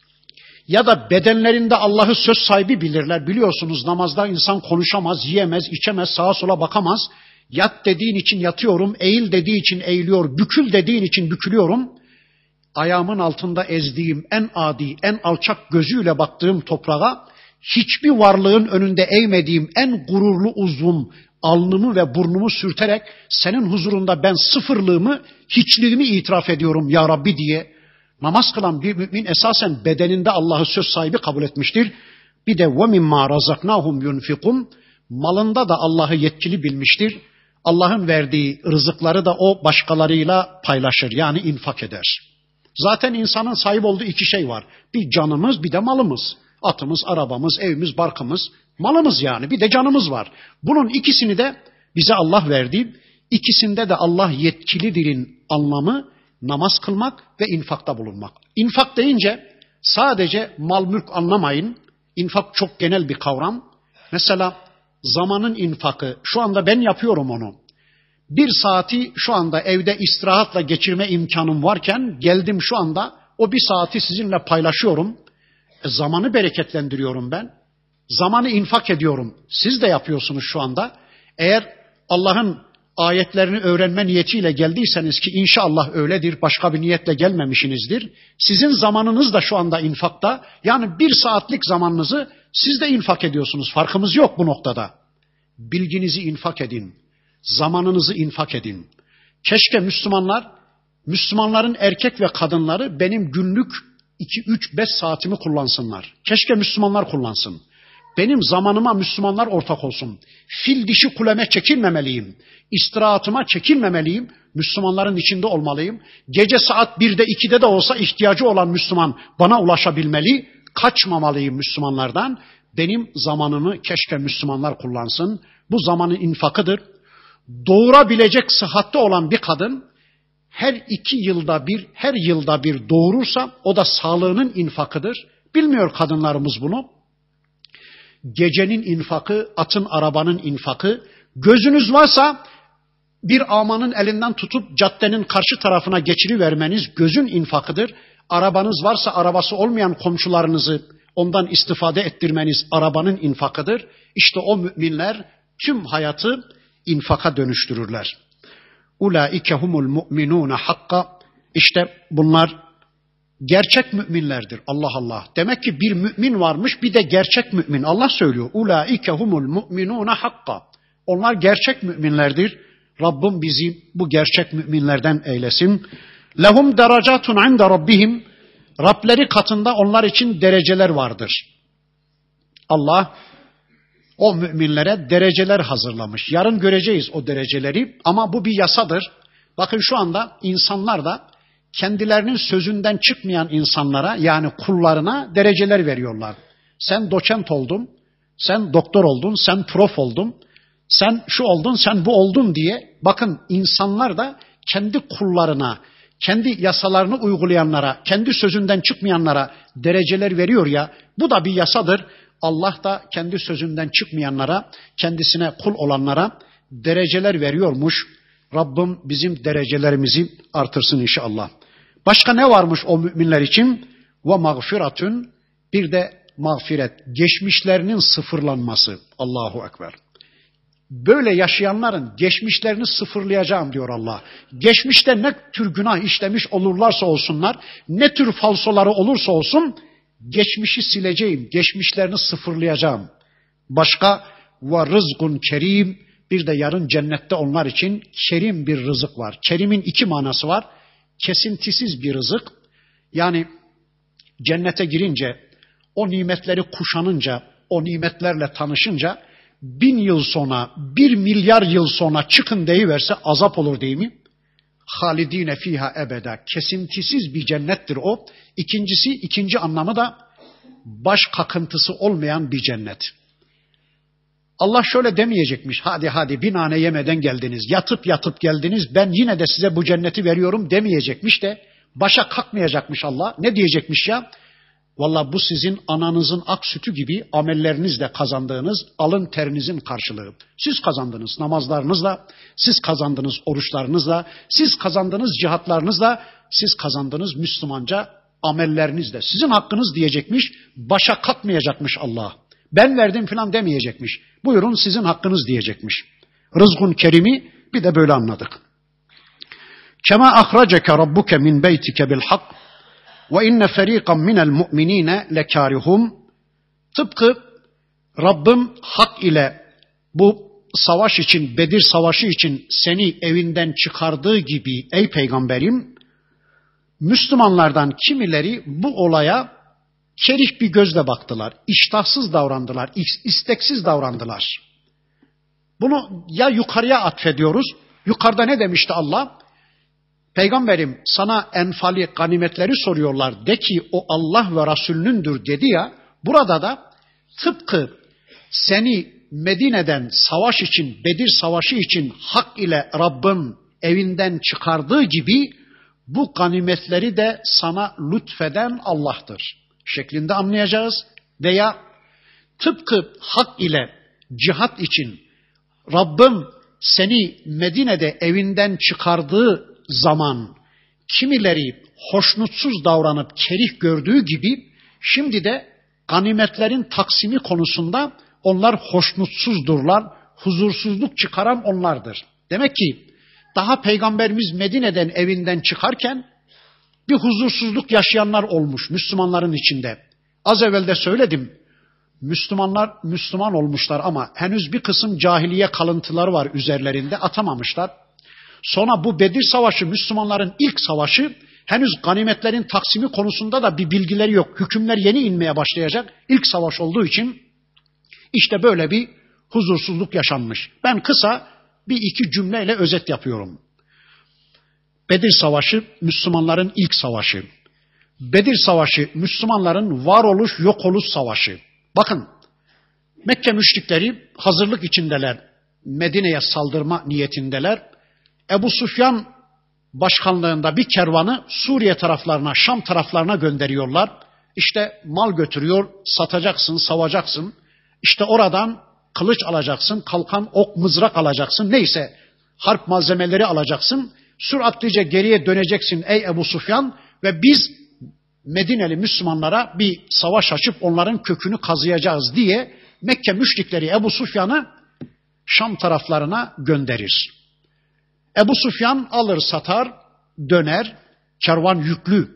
Ya da bedenlerinde Allah'ı söz sahibi bilirler. Biliyorsunuz namazda insan konuşamaz, yiyemez, içemez, sağa sola bakamaz. Yat dediğin için yatıyorum, eğil dediği için eğiliyor, bükül dediğin için bükülüyorum. Ayağımın altında ezdiğim en adi, en alçak gözüyle baktığım toprağa, hiçbir varlığın önünde eğmediğim en gururlu uzvum, alnımı ve burnumu sürterek senin huzurunda ben sıfırlığımı, hiçliğimi itiraf ediyorum ya Rabbi diye namaz kılan bir mümin esasen bedeninde Allah'ı söz sahibi kabul etmiştir. Bir de وَمِمَّا رَزَقْنَاهُمْ يُنْفِقُونَ Malında da Allah'ı yetkili bilmiştir. Allah'ın verdiği rızıkları da o başkalarıyla paylaşır, yani infak eder. Zaten insanın sahip olduğu iki şey var. Bir canımız, bir de malımız. Atımız, arabamız, evimiz, barkımız, malımız yani. Bir de canımız var. Bunun ikisini de bize Allah verdi. İkisinde de Allah yetkilidirin anlamı namaz kılmak ve infakta bulunmak. İnfak deyince sadece mal mülk anlamayın. infak çok genel bir kavram. Mesela zamanın infakı, şu anda ben yapıyorum onu. Bir saati şu anda evde istirahatla geçirme imkanım varken geldim şu anda o bir saati sizinle paylaşıyorum. E, zamanı bereketlendiriyorum ben. Zamanı infak ediyorum. Siz de yapıyorsunuz şu anda. Eğer Allah'ın ayetlerini öğrenme niyetiyle geldiyseniz ki inşallah öyledir, başka bir niyetle gelmemişsinizdir. Sizin zamanınız da şu anda infakta. Yani bir saatlik zamanınızı siz de infak ediyorsunuz. Farkımız yok bu noktada. Bilginizi infak edin. Zamanınızı infak edin. Keşke Müslümanlar, Müslümanların erkek ve kadınları benim günlük iki, üç, beş saatimi kullansınlar. Keşke Müslümanlar kullansın. Benim zamanıma Müslümanlar ortak olsun. Fil dişi kuleme çekilmemeliyim. İstirahatıma çekilmemeliyim. Müslümanların içinde olmalıyım. Gece saat birde ikide de olsa ihtiyacı olan Müslüman bana ulaşabilmeli. Kaçmamalıyım Müslümanlardan. Benim zamanımı keşke Müslümanlar kullansın. Bu zamanın infakıdır. Doğurabilecek sıhhatte olan bir kadın her iki yılda bir, her yılda bir doğurursa o da sağlığının infakıdır. Bilmiyor kadınlarımız bunu. Gecenin infakı, atın arabanın infakı. Gözünüz varsa bir amanın elinden tutup caddenin karşı tarafına geçirivermeniz gözün infakıdır. Arabanız varsa arabası olmayan komşularınızı ondan istifade ettirmeniz arabanın infakıdır. İşte o müminler tüm hayatı infaka dönüştürürler. Ulaike humul mu'minun hakka. İşte bunlar gerçek müminlerdir. Allah Allah. Demek ki bir mümin varmış, bir de gerçek mümin. Allah söylüyor. Ulaike humul mu'minun hakka. Onlar gerçek müminlerdir. Rabbim bizi bu gerçek müminlerden eylesin. Lehum derecatun inde rabbihim. Rableri katında onlar için dereceler vardır. Allah o müminlere dereceler hazırlamış. Yarın göreceğiz o dereceleri ama bu bir yasadır. Bakın şu anda insanlar da kendilerinin sözünden çıkmayan insanlara yani kullarına dereceler veriyorlar. Sen doçent oldun, sen doktor oldun, sen prof oldun, sen şu oldun, sen bu oldun diye. Bakın insanlar da kendi kullarına, kendi yasalarını uygulayanlara, kendi sözünden çıkmayanlara dereceler veriyor ya. Bu da bir yasadır. Allah da kendi sözünden çıkmayanlara, kendisine kul olanlara dereceler veriyormuş. Rabbim bizim derecelerimizi artırsın inşallah. Başka ne varmış o müminler için? Ve mağfiratun, bir de mağfiret, geçmişlerinin sıfırlanması. Allahu Ekber. Böyle yaşayanların geçmişlerini sıfırlayacağım diyor Allah. Geçmişte ne tür günah işlemiş olurlarsa olsunlar, ne tür falsoları olursa olsun, geçmişi sileceğim, geçmişlerini sıfırlayacağım. Başka ve rızkun kerim, bir de yarın cennette onlar için kerim bir rızık var. Kerimin iki manası var. Kesintisiz bir rızık. Yani cennete girince, o nimetleri kuşanınca, o nimetlerle tanışınca bin yıl sonra, bir milyar yıl sonra çıkın deyiverse azap olur değil mi? Halidine fiha ebeda. Kesintisiz bir cennettir o. İkincisi, ikinci anlamı da baş kakıntısı olmayan bir cennet. Allah şöyle demeyecekmiş. Hadi hadi bir nane yemeden geldiniz. Yatıp yatıp geldiniz. Ben yine de size bu cenneti veriyorum demeyecekmiş de başa kalkmayacakmış Allah. Ne diyecekmiş ya? Vallahi bu sizin ananızın ak sütü gibi amellerinizle kazandığınız alın terinizin karşılığı. Siz kazandınız namazlarınızla, siz kazandınız oruçlarınızla, siz kazandınız cihatlarınızla, siz kazandınız Müslümanca amellerinizle. Sizin hakkınız diyecekmiş, başa kalkmayacakmış Allah. Ben verdim filan demeyecekmiş. Buyurun sizin hakkınız diyecekmiş. Rızkun kerimi bir de böyle anladık. Kema ahraceke rabbuke min beytike bil hak ve inne feriqan minel mu'minine lekarihum. Tıpkı Rabbim hak ile bu savaş için, Bedir savaşı için seni evinden çıkardığı gibi ey peygamberim, Müslümanlardan kimileri bu olaya kerih bir gözle baktılar, iştahsız davrandılar, isteksiz davrandılar. Bunu ya yukarıya atfediyoruz, yukarıda ne demişti Allah? Peygamberim sana enfali, ganimetleri soruyorlar, de ki o Allah ve Resulünündür dedi ya, burada da tıpkı seni Medine'den savaş için, Bedir savaşı için hak ile Rabbin evinden çıkardığı gibi bu ganimetleri de sana lütfeden Allah'tır şeklinde anlayacağız. Veya tıpkı hak ile cihat için Rabbim seni Medine'de evinden çıkardığı zaman kimileri hoşnutsuz davranıp kerih gördüğü gibi şimdi de ganimetlerin taksimi konusunda onlar hoşnutsuzdurlar, huzursuzluk çıkaran onlardır. Demek ki daha Peygamberimiz Medine'den evinden çıkarken bir huzursuzluk yaşayanlar olmuş Müslümanların içinde. Az evvel de söyledim. Müslümanlar Müslüman olmuşlar ama henüz bir kısım cahiliye kalıntıları var üzerlerinde, atamamışlar. Sonra bu Bedir Savaşı Müslümanların ilk savaşı, henüz ganimetlerin taksimi konusunda da bir bilgileri yok. Hükümler yeni inmeye başlayacak. İlk savaş olduğu için işte böyle bir huzursuzluk yaşanmış. Ben kısa bir iki cümleyle özet yapıyorum. Bedir Savaşı Müslümanların ilk savaşı. Bedir Savaşı Müslümanların varoluş yok oluş savaşı. Bakın, Mekke müşrikleri hazırlık içindeler. Medine'ye saldırma niyetindeler. Ebu Süfyan başkanlığında bir kervanı Suriye taraflarına, Şam taraflarına gönderiyorlar. İşte mal götürüyor, satacaksın, savacaksın. İşte oradan kılıç alacaksın, kalkan, ok, mızrak alacaksın. Neyse harp malzemeleri alacaksın. Süratlice geriye döneceksin ey Ebu Süfyan ve biz Medineli Müslümanlara bir savaş açıp onların kökünü kazıyacağız diye Mekke müşrikleri Ebu Süfyan'ı Şam taraflarına gönderir. Ebu Süfyan alır satar, döner, kervan yüklü.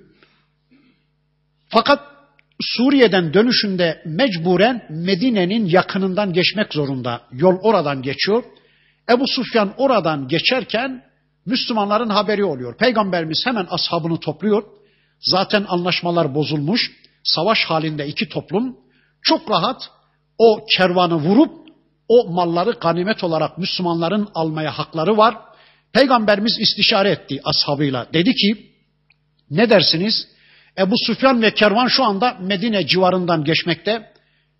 Fakat Suriye'den dönüşünde mecburen Medine'nin yakınından geçmek zorunda. Yol oradan geçiyor. Ebu Süfyan oradan geçerken Müslümanların haberi oluyor. Peygamberimiz hemen ashabını topluyor. Zaten anlaşmalar bozulmuş. Savaş halinde iki toplum çok rahat o kervanı vurup o malları ganimet olarak Müslümanların almaya hakları var. Peygamberimiz istişare etti ashabıyla. Dedi ki, ne dersiniz? Ebu Süfyan ve kervan şu anda Medine civarından geçmekte.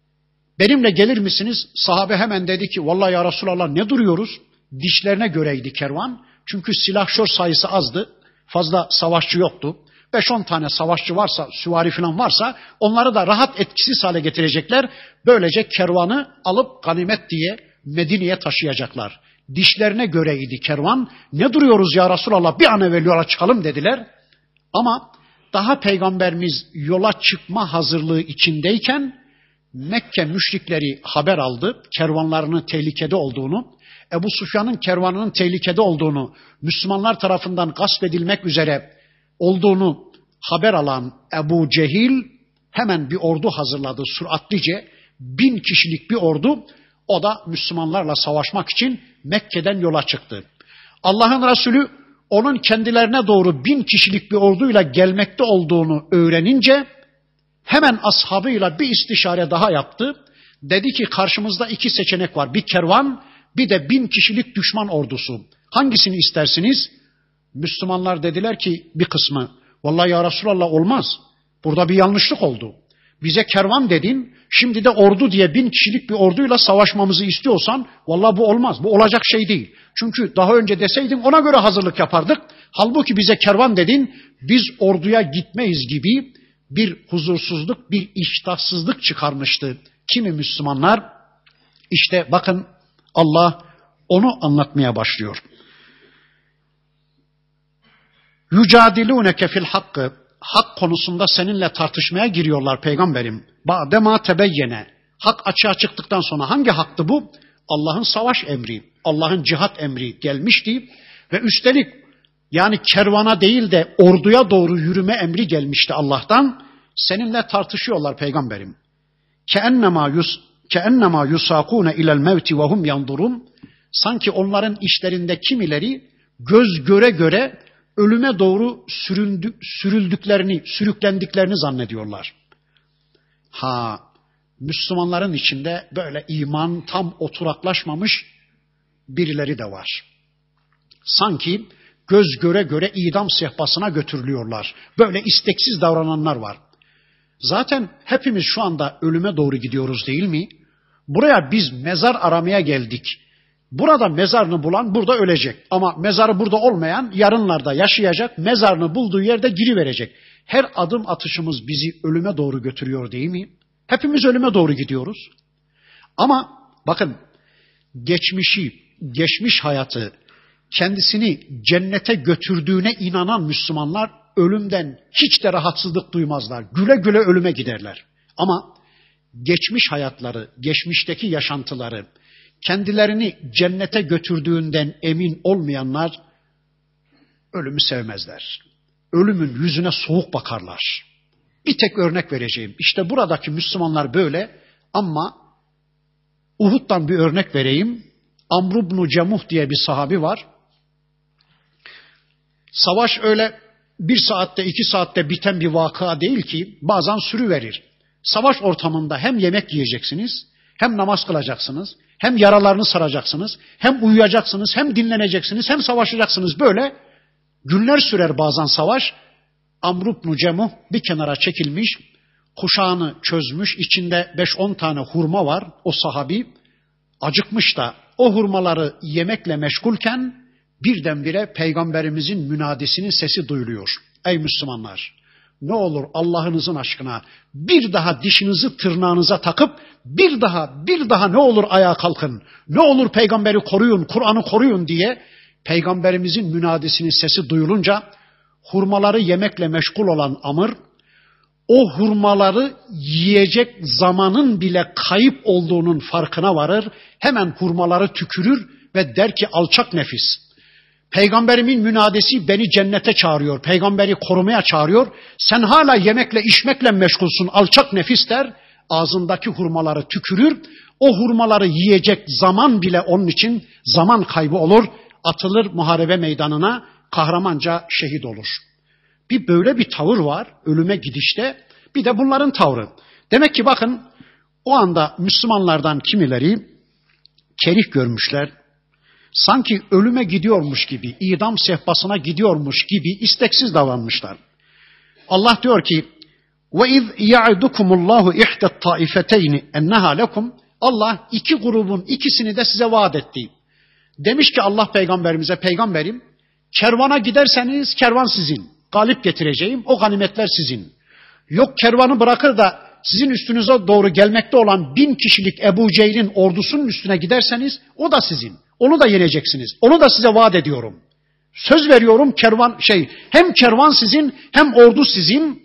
Benimle gelir misiniz? Sahabe hemen dedi ki, vallahi ya Resulallah ne duruyoruz? Dişlerine göreydi kervan. Çünkü silahşor sayısı azdı. Fazla savaşçı yoktu. beş on tane savaşçı varsa, süvari falan varsa onları da rahat etkisiz hale getirecekler. Böylece kervanı alıp ganimet diye Medine'ye taşıyacaklar. Dişlerine göreydi kervan. Ne duruyoruz ya Resulallah, bir an evvel yola çıkalım dediler. Ama daha Peygamberimiz yola çıkma hazırlığı içindeyken Mekke müşrikleri haber aldı. Kervanlarının tehlikede olduğunu, Ebu Süfyan'ın kervanının tehlikede olduğunu, Müslümanlar tarafından gasp edilmek üzere olduğunu haber alan Ebu Cehil hemen bir ordu hazırladı süratlice. Bin kişilik bir ordu. O da Müslümanlarla savaşmak için Mekke'den yola çıktı. Allah'ın Resulü onun kendilerine doğru bin kişilik bir orduyla gelmekte olduğunu öğrenince hemen ashabıyla bir istişare daha yaptı. Dedi ki karşımızda iki seçenek var. Bir kervan, bir de bin kişilik düşman ordusu. Hangisini istersiniz? Müslümanlar dediler ki bir kısmı, vallahi ya Resulallah olmaz. Burada bir yanlışlık oldu. Bize kervan dedin, şimdi de ordu diye bin kişilik bir orduyla savaşmamızı istiyorsan, vallahi bu olmaz. Bu olacak şey değil. Çünkü daha önce deseydin ona göre hazırlık yapardık. Halbuki bize kervan dedin, biz orduya gitmeyiz gibi bir huzursuzluk, bir iştahsızlık çıkarmıştı kimi Müslümanlar. İşte bakın Allah onu anlatmaya başlıyor. Yücadilûneke fil hakkı, hak konusunda seninle tartışmaya giriyorlar peygamberim. Ba'dema tebeyyene, hak açığa çıktıktan sonra hangi haktı bu? Allah'ın savaş emri, Allah'ın cihat emri gelmişti ve üstelik yani kervana değil de orduya doğru yürüme emri gelmişti Allah'tan. Seninle tartışıyorlar peygamberim. Keennema yus keennema yusakune ilel mevti ve hum yandurun. Sanki onların işlerinde kimileri göz göre göre ölüme doğru süründü, sürüldüklerini, sürüklendiklerini zannediyorlar. Ha, Müslümanların içinde böyle iman tam oturaklaşmamış birileri de var. Sanki göz göre göre idam sehpasına götürülüyorlar. Böyle isteksiz davrananlar var. Zaten hepimiz şu anda ölüme doğru gidiyoruz değil mi? Buraya biz mezar aramaya geldik. Burada mezarını bulan burada ölecek. Ama mezarı burada olmayan yarınlarda yaşayacak, mezarını bulduğu yerde giriverecek. Her adım atışımız bizi ölüme doğru götürüyor değil mi? Hepimiz ölüme doğru gidiyoruz. Ama bakın, geçmişi, geçmiş hayatı kendisini cennete götürdüğüne inanan Müslümanlar ölümden hiç de rahatsızlık duymazlar. Güle güle ölüme giderler. Ama geçmiş hayatları, geçmişteki yaşantıları kendilerini cennete götürdüğünden emin olmayanlar ölümü sevmezler. Ölümün yüzüne soğuk bakarlar. Bir tek örnek vereceğim. İşte buradaki Müslümanlar böyle, ama Uhud'dan bir örnek vereyim. Amr ibn Cemuh diye bir sahabi var. Savaş öyle bir saatte, iki saatte biten bir vakıa değil ki, bazen sürüverir. Savaş ortamında hem yemek yiyeceksiniz, hem namaz kılacaksınız, hem yaralarını saracaksınız, hem uyuyacaksınız, hem dinleneceksiniz, hem savaşacaksınız. Böyle günler sürer bazen savaş. Amr ibn Cemuh bir kenara çekilmiş, kuşağını çözmüş, içinde beş on tane hurma var. O sahabi acıkmış da o hurmaları yemekle meşgulken birdenbire Peygamberimizin münadisinin sesi duyuluyor. Ey Müslümanlar, ne olur Allah'ınızın aşkına bir daha dişinizi tırnağınıza takıp bir daha bir daha ne olur ayağa kalkın. Ne olur peygamberi koruyun, Kur'an'ı koruyun diye Peygamberimizin münadisinin sesi duyulunca hurmaları yemekle meşgul olan Amr, o hurmaları yiyecek zamanın bile kayıp olduğunun farkına varır. Hemen hurmaları tükürür ve der ki alçak nefis, Peygamberimin münadesi beni cennete çağırıyor, peygamberi korumaya çağırıyor. Sen hala yemekle içmekle meşgulsün alçak nefis der. Ağzındaki hurmaları tükürür. O hurmaları yiyecek zaman bile onun için zaman kaybı olur. Atılır muharebe meydanına, kahramanca şehit olur. Bir böyle bir tavır var ölüme gidişte. Bir de bunların tavrı. Demek ki bakın, o anda Müslümanlardan kimileri kerih görmüşler. Sanki ölüme gidiyormuş gibi, idam sehpasına gidiyormuş gibi isteksiz davranmışlar. Allah diyor ki: وَاِذْ يَعِدُكُمُ اللّٰهُ اِحْدَ الطَّائِفَتَيْنِ اَنَّهَا لَكُمْ Allah iki grubun ikisini de size vaat etti. Demiş ki Allah peygamberimize, peygamberim kervana giderseniz kervan sizin. Galip getireceğim, o ganimetler sizin. Yok kervanı bırakır da sizin üstünüze doğru gelmekte olan bin kişilik Ebu Cehil'in ordusunun üstüne giderseniz o da sizin. Onu da yeneceksiniz. Onu da size vaat ediyorum. Söz veriyorum, kervan şey hem kervan sizin hem ordu sizin.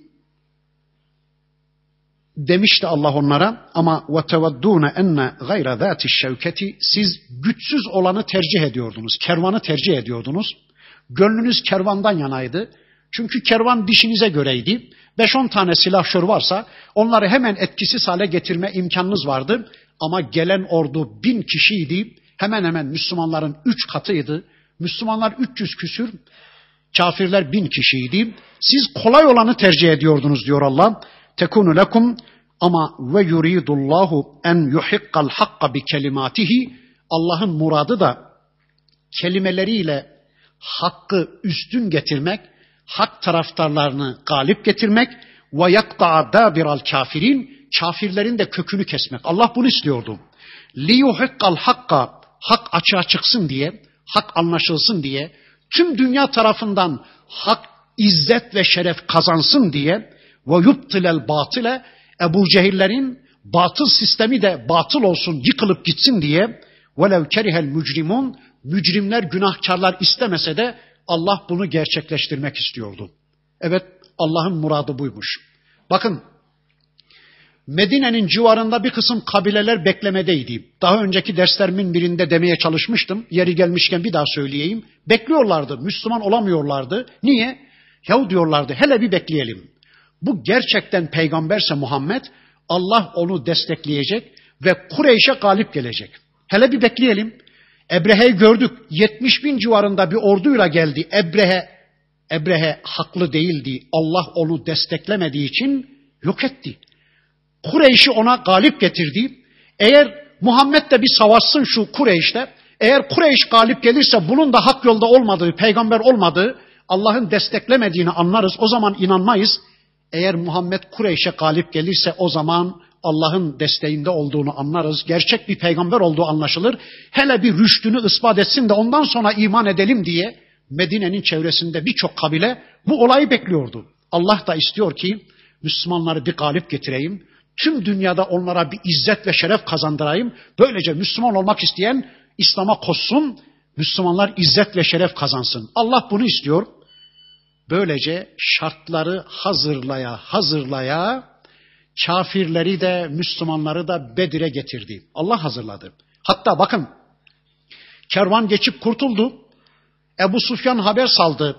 Demişti Allah onlara, ama وَتَوَدُّونَ اَنَّ غَيْرَ ذَاتِ الشَّوْكَةِ siz güçsüz olanı tercih ediyordunuz. Kervanı tercih ediyordunuz. Gönlünüz kervandan yanaydı. Çünkü kervan dişinize göreydi. beş on tane silahşör varsa onları hemen etkisiz hale getirme imkanınız vardı. Ama gelen ordu bin kişiydi. Hemen hemen Müslümanların üç katıydı. Müslümanlar üç yüz küsür, kafirler bin kişiydi. Siz kolay olanı tercih ediyordunuz diyor Allah. Tekunu lekum ama ve yuridullahu en yuhiqqal hakka bi kelimatihi. Allah'ın muradı da kelimeleriyle hakkı üstün getirmek, hak taraftarlarını galip getirmek ve yakta'a dabiral kafirin, kafirlerin de kökünü kesmek. Allah bunu istiyordu. Li yuhiqqal hakka, hak açığa çıksın diye, hak anlaşılsın diye, tüm dünya tarafından hak izzet ve şeref kazansın diye ve yubtilel batile, Ebu Cehillerin batıl sistemi de batıl olsun, yıkılıp gitsin diye velev kerihel mücrimun, mücrimler, günahkarlar istemese de Allah bunu gerçekleştirmek istiyordu. Evet, Allah'ın muradı buymuş. Bakın, Medine'nin civarında bir kısım kabileler beklemedeydi. Daha önceki derslerimin birinde demeye çalışmıştım. Yeri gelmişken bir daha söyleyeyim. Bekliyorlardı, Müslüman olamıyorlardı. Niye? Yahu diyorlardı, hele bir bekleyelim. Bu gerçekten peygamberse Muhammed, Allah onu destekleyecek ve Kureyş'e galip gelecek. Hele bir bekleyelim. Ebrehe'yi gördük. yetmiş bin civarında bir orduyla geldi. Ebrehe, Ebrehe haklı değildi. Allah onu desteklemediği için yok etti. Kureyş'i ona galip getirdi. Eğer Muhammed de bir savaşsın şu Kureyş'te, eğer Kureyş galip gelirse bunun da hak yolda olmadığı, peygamber olmadığı, Allah'ın desteklemediğini anlarız. O zaman inanmayız. Eğer Muhammed Kureyş'e galip gelirse o zaman Allah'ın desteğinde olduğunu anlarız. Gerçek bir peygamber olduğu anlaşılır. Hele bir rüştünü ispat etsin de ondan sonra iman edelim diye Medine'nin çevresinde birçok kabile bu olayı bekliyordu. Allah da istiyor ki Müslümanları bir galip getireyim. Tüm dünyada onlara bir izzet ve şeref kazandırayım. Böylece Müslüman olmak isteyen İslam'a koşsun, Müslümanlar izzet ve şeref kazansın. Allah bunu istiyor. Böylece şartları hazırlaya hazırlaya kafirleri de Müslümanları da Bedir'e getirdi. Allah hazırladı. Hatta bakın kervan geçip kurtuldu. Ebu Sufyan haber saldı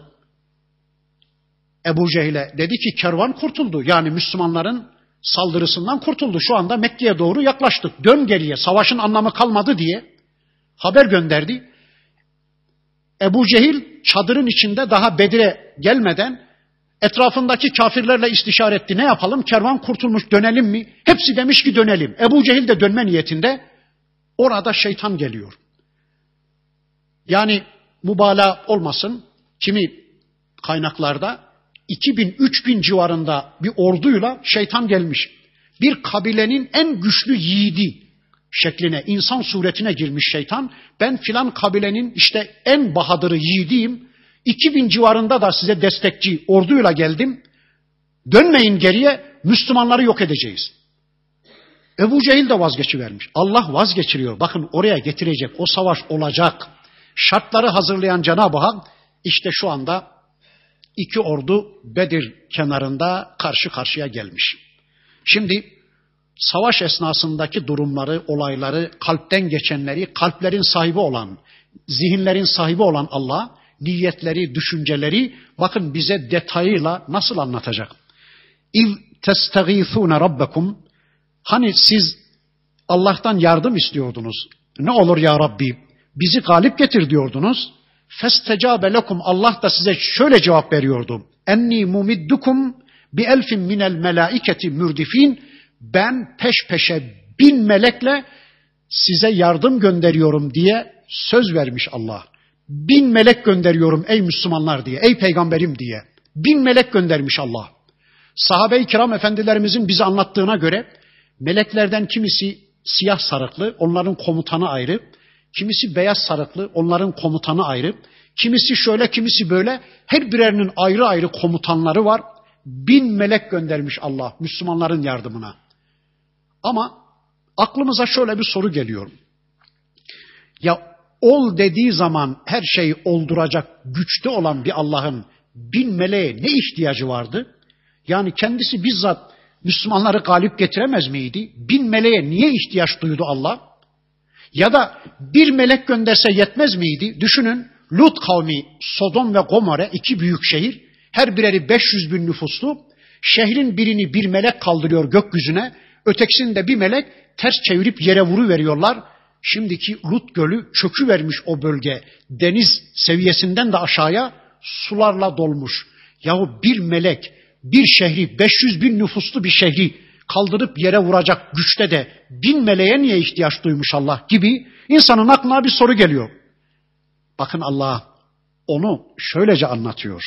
Ebu Cehil'e. Dedi ki kervan kurtuldu. Yani Müslümanların saldırısından kurtuldu. Şu anda Mekke'ye doğru yaklaştık. Dön geriye, savaşın anlamı kalmadı diye haber gönderdi. Ebu Cehil çadırın içinde daha Bedir'e gelmeden etrafındaki kafirlerle istişare etti. Ne yapalım? Kervan kurtulmuş, dönelim mi? Hepsi demiş ki dönelim. Ebu Cehil de dönme niyetinde. Orada şeytan geliyor. Yani mübalağa olmasın, kimi kaynaklarda iki bin üç bin civarında bir orduyla şeytan gelmiş. Bir kabilenin en güçlü yiğidi şekline, insan suretine girmiş şeytan. Ben filan kabilenin işte en bahadırı yiğidiyim. iki bin civarında da size destekçi orduyla geldim. Dönmeyin geriye, Müslümanları yok edeceğiz. Ebu Cehil de vazgeçivermiş. Allah vazgeçiriyor. Bakın oraya getirecek. O savaş olacak. Şartları hazırlayan Cenab-ı Hak işte şu anda iki ordu Bedir kenarında karşı karşıya gelmiş. Şimdi savaş esnasındaki durumları, olayları, kalpten geçenleri, kalplerin sahibi olan, zihinlerin sahibi olan Allah, niyetleri, düşünceleri bakın bize detayıyla nasıl anlatacak. İz testagîthûne rabbekum, hani siz Allah'tan yardım istiyordunuz. Ne olur ya Rabbi bizi galip getir diyordunuz. Festecabe lekum, Allah da size şöyle cevap veriyordu. Enni mumiddukum bi elfin minel melaiketi mürdifin. Ben peş peşe bin melekle size yardım gönderiyorum diye söz vermiş Allah. Bin melek gönderiyorum ey Müslümanlar diye, ey peygamberim diye. Bin melek göndermiş Allah. Sahabe-i kiram efendilerimizin bize anlattığına göre meleklerden kimisi siyah sarıklı, onların komutanı ayrı. Kimisi beyaz sarıklı, onların komutanı ayrı. Kimisi şöyle, kimisi böyle. Her birerinin ayrı ayrı komutanları var. Bin melek göndermiş Allah Müslümanların yardımına. Ama aklımıza şöyle bir soru geliyor. Ya ol dediği zaman her şeyi olduracak güçte olan bir Allah'ın bin meleğe ne ihtiyacı vardı? Yani kendisi bizzat Müslümanları galip getiremez miydi? Bin meleğe niye ihtiyaç duydu Allah? Ya da bir melek gönderse yetmez miydi? Düşünün, Lut kavmi Sodom ve Gomorre iki büyük şehir. Her bireri beş yüz bin nüfuslu. Şehrin birini bir melek kaldırıyor gökyüzüne. Ötekisini de bir melek ters çevirip yere vuruveriyorlar. Şimdiki Lut Gölü çöküvermiş o bölge. Deniz seviyesinden de aşağıya sularla dolmuş. Yahu bir melek bir şehri, beş yüz bin nüfuslu bir şehri kaldırıp yere vuracak güçte de bin meleğe niye ihtiyaç duymuş Allah gibi insanın aklına bir soru geliyor. Bakın Allah onu şöylece anlatıyor.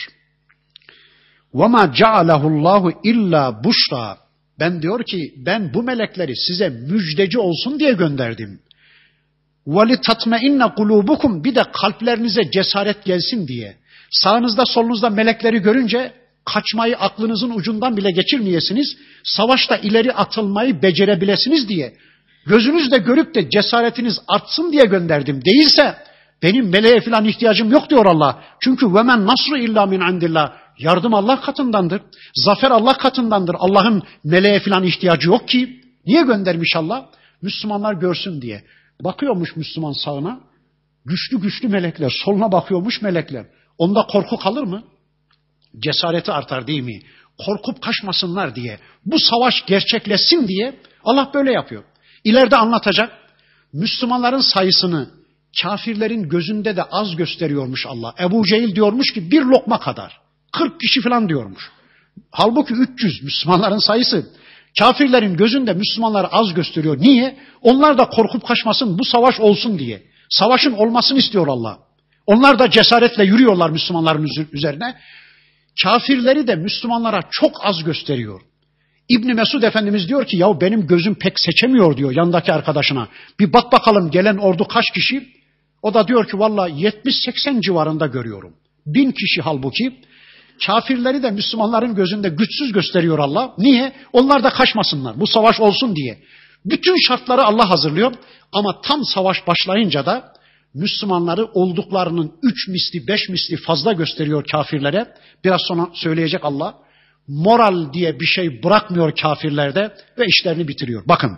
وَمَا جَعَلَهُ اللّٰهُ اِلَّا بُشْرًا. Ben diyor ki ben bu melekleri size müjdeci olsun diye gönderdim. وَلِتَطْمَئِنَّ قُلُوبُكُمْ. Bir de kalplerinize cesaret gelsin diye. Sağınızda solunuzda melekleri görünce kaçmayı aklınızın ucundan bile geçirmeyesiniz. Savaşta ileri atılmayı becerebilesiniz diye. Gözünüzle görüp de cesaretiniz artsın diye gönderdim. Değilse benim meleğe falan ihtiyacım yok diyor Allah. Çünkü وَمَنْ نَصْرُ اِلَّا مِنْ عِنْدِ اللّٰهِ. Yardım Allah katındandır. Zafer Allah katındandır. Allah'ın meleğe falan ihtiyacı yok ki. Niye göndermiş Allah? Müslümanlar görsün diye. Bakıyormuş Müslüman sağına. Güçlü güçlü melekler. Soluna bakıyormuş melekler. Onda korku kalır mı? Cesareti artar değil mi? Korkup kaçmasınlar diye. Bu savaş gerçekleşsin diye Allah böyle yapıyor. İleride anlatacak. Müslümanların sayısını kafirlerin gözünde de az gösteriyormuş Allah. Ebu Cehil diyormuş ki bir lokma kadar. kırk kişi falan diyormuş. Halbuki üç yüz Müslümanların sayısı. Kafirlerin gözünde Müslümanları az gösteriyor. Niye? Onlar da korkup kaçmasın, bu savaş olsun diye. Savaşın olmasını istiyor Allah. Onlar da cesaretle yürüyorlar Müslümanların üzerine. Kafirleri de Müslümanlara çok az gösteriyor. İbn Mesud Efendimiz diyor ki ya benim gözüm pek seçemiyor diyor yandaki arkadaşına. Bir bak bakalım gelen ordu kaç kişi? O da diyor ki vallahi yetmiş seksen civarında görüyorum. Bin kişi halbuki. Kafirleri de Müslümanların gözünde güçsüz gösteriyor Allah. Niye? Onlar da kaçmasınlar. Bu savaş olsun diye. Bütün şartları Allah hazırlıyor. Ama tam savaş başlayınca da Müslümanları olduklarının üç misli, beş misli fazla gösteriyor kafirlere. Biraz sonra söyleyecek Allah. Moral diye bir şey bırakmıyor kafirlerde ve işlerini bitiriyor. Bakın.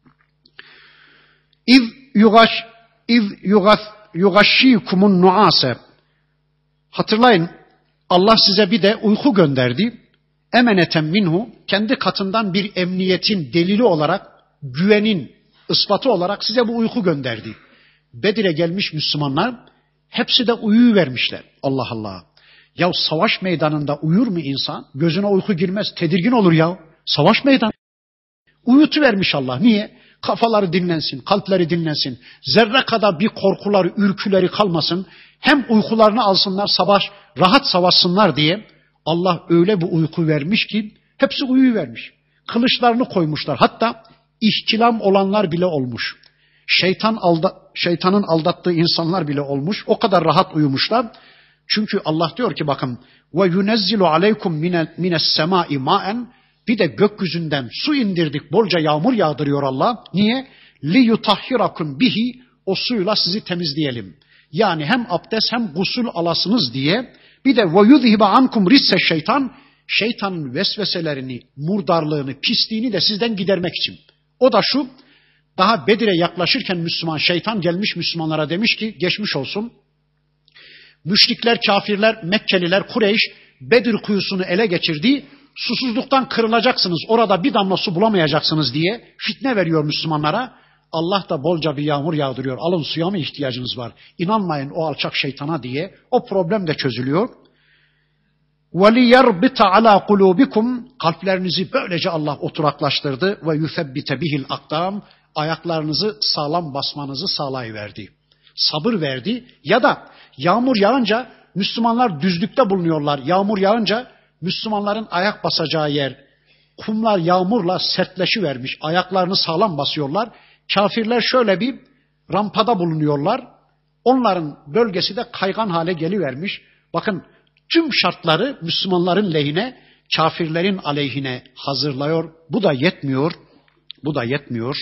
İz yugaş iz yugas yugaşşikumun nuase. Hatırlayın, Allah size bir de uyku gönderdi. Emeneten minhu, kendi katından bir emniyetin delili olarak, güvenin ispatı olarak size bu uyku gönderdi. Bedir'e gelmiş Müslümanlar hepsi de uyuvermişler. Allah Allah. Ya savaş meydanında uyur mu insan? Gözüne uyku girmez, tedirgin olur ya. Savaş meydanı. Uyutuvermiş Allah. Niye? Kafaları dinlensin, kalpleri dinlensin. Zerre kadar bir korkuları, ürküleri kalmasın. Hem uykularını alsınlar, sabah rahat savaşsınlar diye Allah öyle bir uyku vermiş ki hepsi uyuvermiş. Kılıçlarını koymuşlar. Hatta ihtilam olanlar bile olmuş. Şeytan alda, şeytanın aldattığı insanlar bile olmuş. O kadar rahat uyumuşlar. Çünkü Allah diyor ki bakın ve yunezzilu aleykum mines semai ma'en, bir de gökyüzünden su indirdik, bolca yağmur yağdırıyor Allah. Niye? Li yutahhirakum bihi, o suyla sizi temizleyelim. Yani hem abdest hem gusül alasınız diye. Bir de ve yuzhiba ankum risse şeytan, şeytanın vesveselerini, murdarlığını, pisliğini de sizden gidermek için. O da şu, daha Bedir'e yaklaşırken Müslüman şeytan gelmiş Müslümanlara demiş ki geçmiş olsun. Müşrikler, kafirler, Mekkeliler, Kureyş Bedir kuyusunu ele geçirdi. Susuzluktan kırılacaksınız, orada bir damla su bulamayacaksınız diye fitne veriyor Müslümanlara. Allah da bolca bir yağmur yağdırıyor. Alın, suya mı ihtiyacınız var? İnanmayın o alçak şeytana diye. O problem de çözülüyor. وَلِيَرْبِتَ عَلَى قُلُوبِكُمْ, kalplerinizi böylece Allah oturaklaştırdı. وَيُثَبِّتَ بِهِ الْاَقْدَامِ, ayaklarınızı sağlam basmanızı sağlayıverdi. Sabır verdi. Ya da yağmur yağınca Müslümanlar düzlükte bulunuyorlar. Yağmur yağınca Müslümanların ayak basacağı yer, kumlar yağmurla sertleşivermiş. Ayaklarını sağlam basıyorlar. Kafirler şöyle bir rampada bulunuyorlar. Onların bölgesi de kaygan hale gelivermiş. Bakın tüm şartları Müslümanların lehine, kafirlerin aleyhine hazırlıyor. Bu da yetmiyor. Bu da yetmiyor.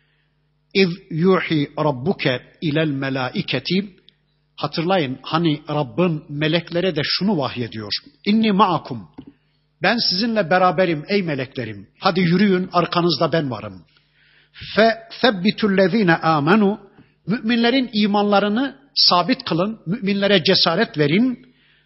İz yuhi rabbuke ilel melaiketi, hatırlayın hani Rabbin meleklere de şunu vahyediyor. İnni ma'akum, ben sizinle beraberim ey meleklerim. Hadi yürüyün, arkanızda ben varım. Fe sebbitullezine amenu, müminlerin imanlarını sabit kılın, müminlere cesaret verin.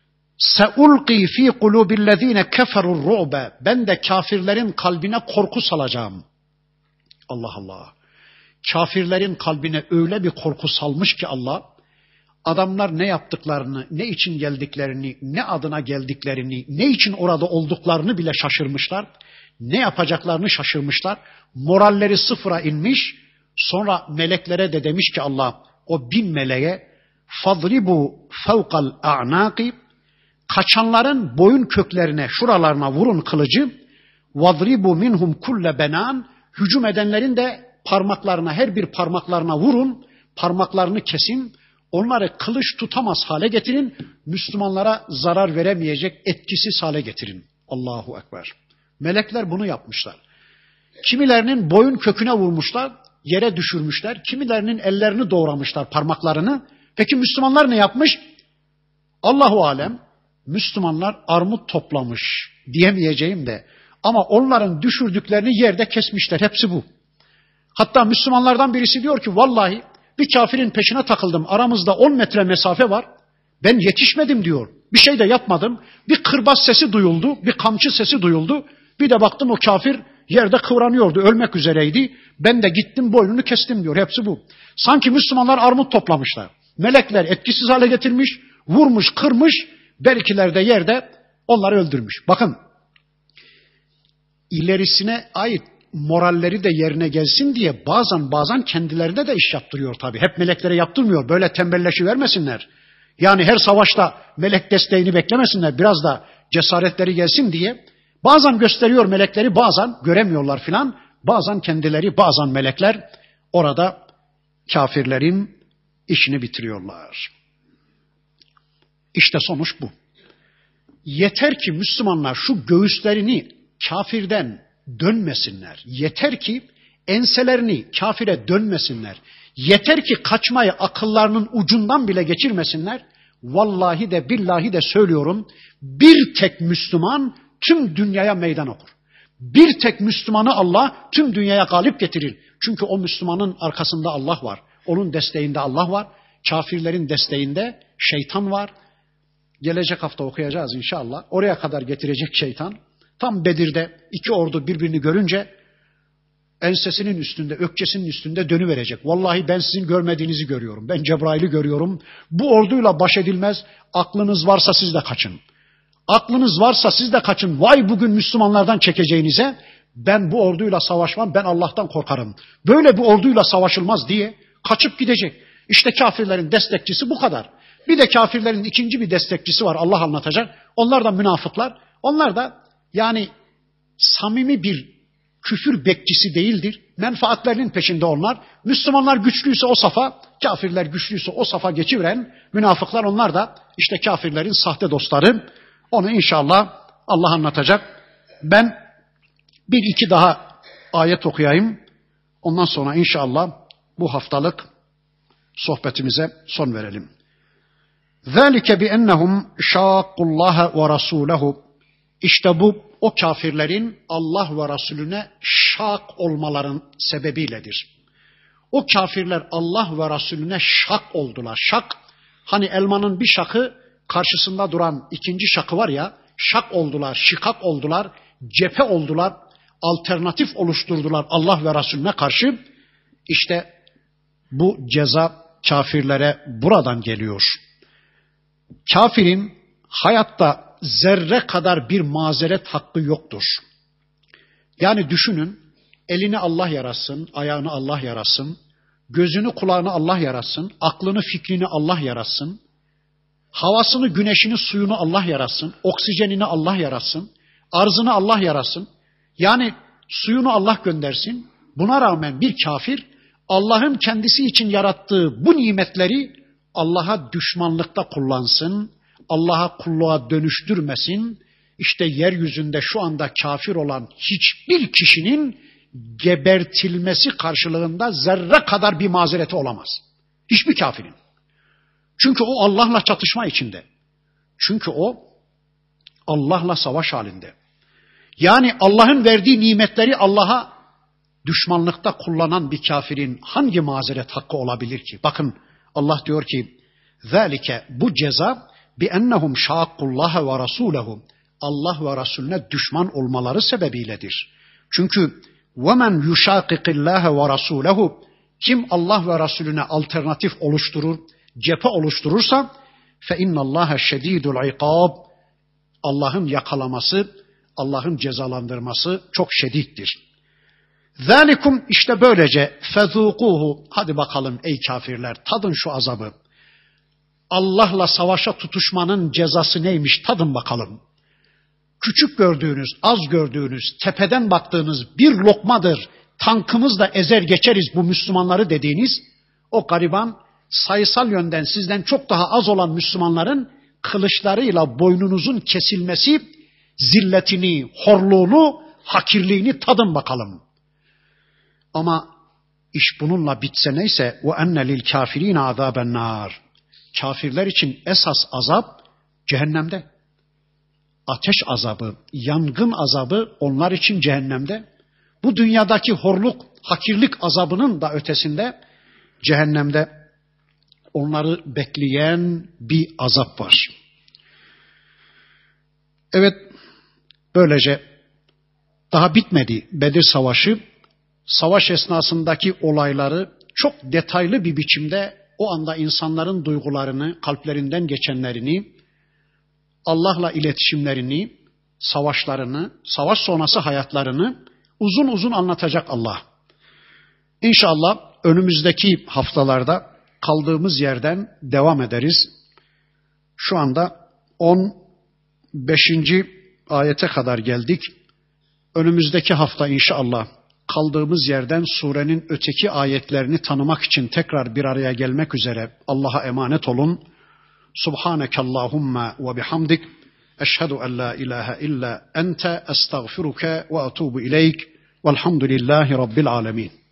Seulqi fi kulubillezine keferur ru'be, ben de kafirlerin kalbine korku salacağım. Allah Allah. Kafirlerin kalbine öyle bir korku salmış ki Allah, adamlar ne yaptıklarını, ne için geldiklerini, ne adına geldiklerini, ne için orada olduklarını bile şaşırmışlar. Ne yapacaklarını şaşırmışlar. Moralleri sıfıra inmiş. Sonra meleklere de demiş ki Allah, o bin meleğe fadribu fevkal a'naki, kaçanların boyun köklerine, şuralarına vurun kılıcı. Vadribu minhum kulle benan, hücum edenlerin de parmaklarına, her bir parmaklarına vurun, parmaklarını kesin, onları kılıç tutamaz hale getirin, Müslümanlara zarar veremeyecek etkisiz hale getirin. Allahu Ekber. Melekler bunu yapmışlar. Kimilerinin boyun köküne vurmuşlar, yere düşürmüşler, kimilerinin ellerini doğramışlar, parmaklarını. Peki Müslümanlar ne yapmış? Allahu alem, Müslümanlar armut toplamış diyemeyeceğim de, ama onların düşürdüklerini yerde kesmişler, hepsi bu. Hatta Müslümanlardan birisi diyor ki vallahi bir kafirin peşine takıldım. Aramızda on metre mesafe var. Ben yetişmedim diyor. Bir şey de yapmadım. Bir kırbaz sesi duyuldu. Bir kamçı sesi duyuldu. Bir de baktım o kafir yerde kıvranıyordu. Ölmek üzereydi. Ben de gittim boynunu kestim diyor. Hepsi bu. Sanki Müslümanlar armut toplamışlar. Melekler etkisiz hale getirmiş. Vurmuş, kırmış. Belkiler de yerde onları öldürmüş. Bakın ilerisine ait moralleri de yerine gelsin diye bazen bazen kendilerine de iş yaptırıyor tabii. Hep meleklere yaptırmıyor. Böyle tembelleşi vermesinler. Yani her savaşta melek desteğini beklemesinler. Biraz da cesaretleri gelsin diye. Bazen gösteriyor melekleri, bazen göremiyorlar filan. Bazen kendileri, bazen melekler orada kafirlerin işini bitiriyorlar. İşte sonuç bu. yeter ki Müslümanlar şu göğüslerini kafirden dönmesinler. Yeter ki enselerini kafire dönmesinler. Yeter ki kaçmayı akıllarının ucundan bile geçirmesinler. Vallahi de billahi de söylüyorum, bir tek Müslüman tüm dünyaya meydan okur. Bir tek Müslümanı Allah tüm dünyaya galip getirir. Çünkü o Müslümanın arkasında Allah var. Onun desteğinde Allah var. Kafirlerin desteğinde şeytan var. Gelecek hafta okuyacağız inşallah. Oraya kadar getirecek şeytan. Tam Bedir'de iki ordu birbirini görünce ensesinin üstünde, ökçesinin üstünde dönüverecek. Vallahi ben sizin görmediğinizi görüyorum. Ben Cebrail'i görüyorum. Bu orduyla baş edilmez. Aklınız varsa siz de kaçın. Aklınız varsa siz de kaçın. Vay bugün Müslümanlardan çekeceğinize. Ben bu orduyla savaşmam. Ben Allah'tan korkarım. Böyle bir orduyla savaşılmaz diye kaçıp gidecek. İşte kafirlerin destekçisi bu kadar. Bir de kafirlerin ikinci bir destekçisi var. Allah anlatacak. Onlar da münafıklar. Onlar da yani samimi bir küfür bekçisi değildir. Menfaatlerinin peşinde onlar. Müslümanlar güçlüyse o safa, kafirler güçlüyse o safa geçiren münafıklar, onlar da işte kafirlerin sahte dostları. Onu inşallah Allah anlatacak. Ben bir iki daha ayet okuyayım. Ondan sonra inşallah bu haftalık sohbetimize son verelim. ذَٰلِكَ بِأَنَّهُمْ شَاقُّ اللّٰهَ وَرَسُولَهُ. İşte bu o kafirlerin Allah ve Resulüne şak olmaların sebebiyledir. O kafirler Allah ve Resulüne şak oldular. Şak, hani elmanın bir şakı karşısında duran ikinci şakı var ya, şak oldular, şikak oldular, cephe oldular, alternatif oluşturdular Allah ve Resulüne karşı. İşte bu ceza kafirlere buradan geliyor. Kafirin hayatta zerre kadar bir mazeret hakkı yoktur. Yani düşünün, elini Allah yaratsın, ayağını Allah yaratsın, gözünü kulağını Allah yaratsın, aklını fikrini Allah yaratsın, havasını, güneşini, suyunu Allah yaratsın, oksijenini Allah yaratsın, arzını Allah yaratsın. Yani suyunu Allah göndersin. Buna rağmen bir kafir Allah'ın kendisi için yarattığı bu nimetleri Allah'a düşmanlıkta kullansın, Allah'a kulluğa dönüştürmesin. İşte yeryüzünde şu anda kafir olan hiçbir kişinin gebertilmesi karşılığında zerre kadar bir mazereti olamaz. Hiçbir kafirin. Çünkü o Allah'la çatışma içinde. Çünkü o Allah'la savaş halinde. Yani Allah'ın verdiği nimetleri Allah'a düşmanlıkta kullanan bir kafirin hangi mazeret hakkı olabilir ki? Bakın Allah diyor ki ذَٰلِكَ bu ceza بِأَنَّهُمْ شَاقُّ اللّٰهَ وَرَسُولَهُ Allah ve Resulüne düşman olmaları sebebiyledir. Çünkü وَمَنْ يُشَاقِقِ اللّٰهَ وَرَسُولَهُ kim Allah ve Resulüne alternatif oluşturur, cephe oluşturursa فَاِنَّ اللّٰهَ شَد۪يدُ الْعِقَابِ Allah'ın yakalaması, Allah'ın cezalandırması çok şedittir. ذَٰلِكُمْ işte böylece فَذُوقُوهُ hadi bakalım ey kafirler, tadın şu azabı. Allah'la savaşa tutuşmanın cezası neymiş tadın bakalım. Küçük gördüğünüz, az gördüğünüz, tepeden baktığınız bir lokmadır, tankımızla ezer geçeriz bu Müslümanları dediğiniz o gariban, sayısal yönden sizden çok daha az olan Müslümanların kılıçlarıyla boynunuzun kesilmesi, zilletini, horluğunu, hakirliğini tadın bakalım. Ama iş bununla bitse neyse وَاَنَّ لِلْكَافِر۪ينَ عَذَابَ النَّارِ Kafirler için esas azap cehennemde. Ateş azabı, yangın azabı onlar için cehennemde. Bu dünyadaki horluk, hakirlik azabının da ötesinde cehennemde onları bekleyen bir azap var. Evet, böylece daha bitmedi Bedir Savaşı. Savaş esnasındaki olayları çok detaylı bir biçimde o anda insanların duygularını, kalplerinden geçenlerini, Allah'la iletişimlerini, savaşlarını, savaş sonrası hayatlarını uzun uzun anlatacak Allah. İnşallah önümüzdeki haftalarda kaldığımız yerden devam ederiz. Şu anda on beşinci ayete kadar geldik. Önümüzdeki hafta inşallah kaldığımız yerden surenin öteki ayetlerini tanımak için tekrar bir araya gelmek üzere Allah'a emanet olun. Subhanekallahumma ve bihamdik. Eşhedü en la ilahe illa ente estağfiruke ve etubu ileyk. Velhamdülillahi Rabbil alemin.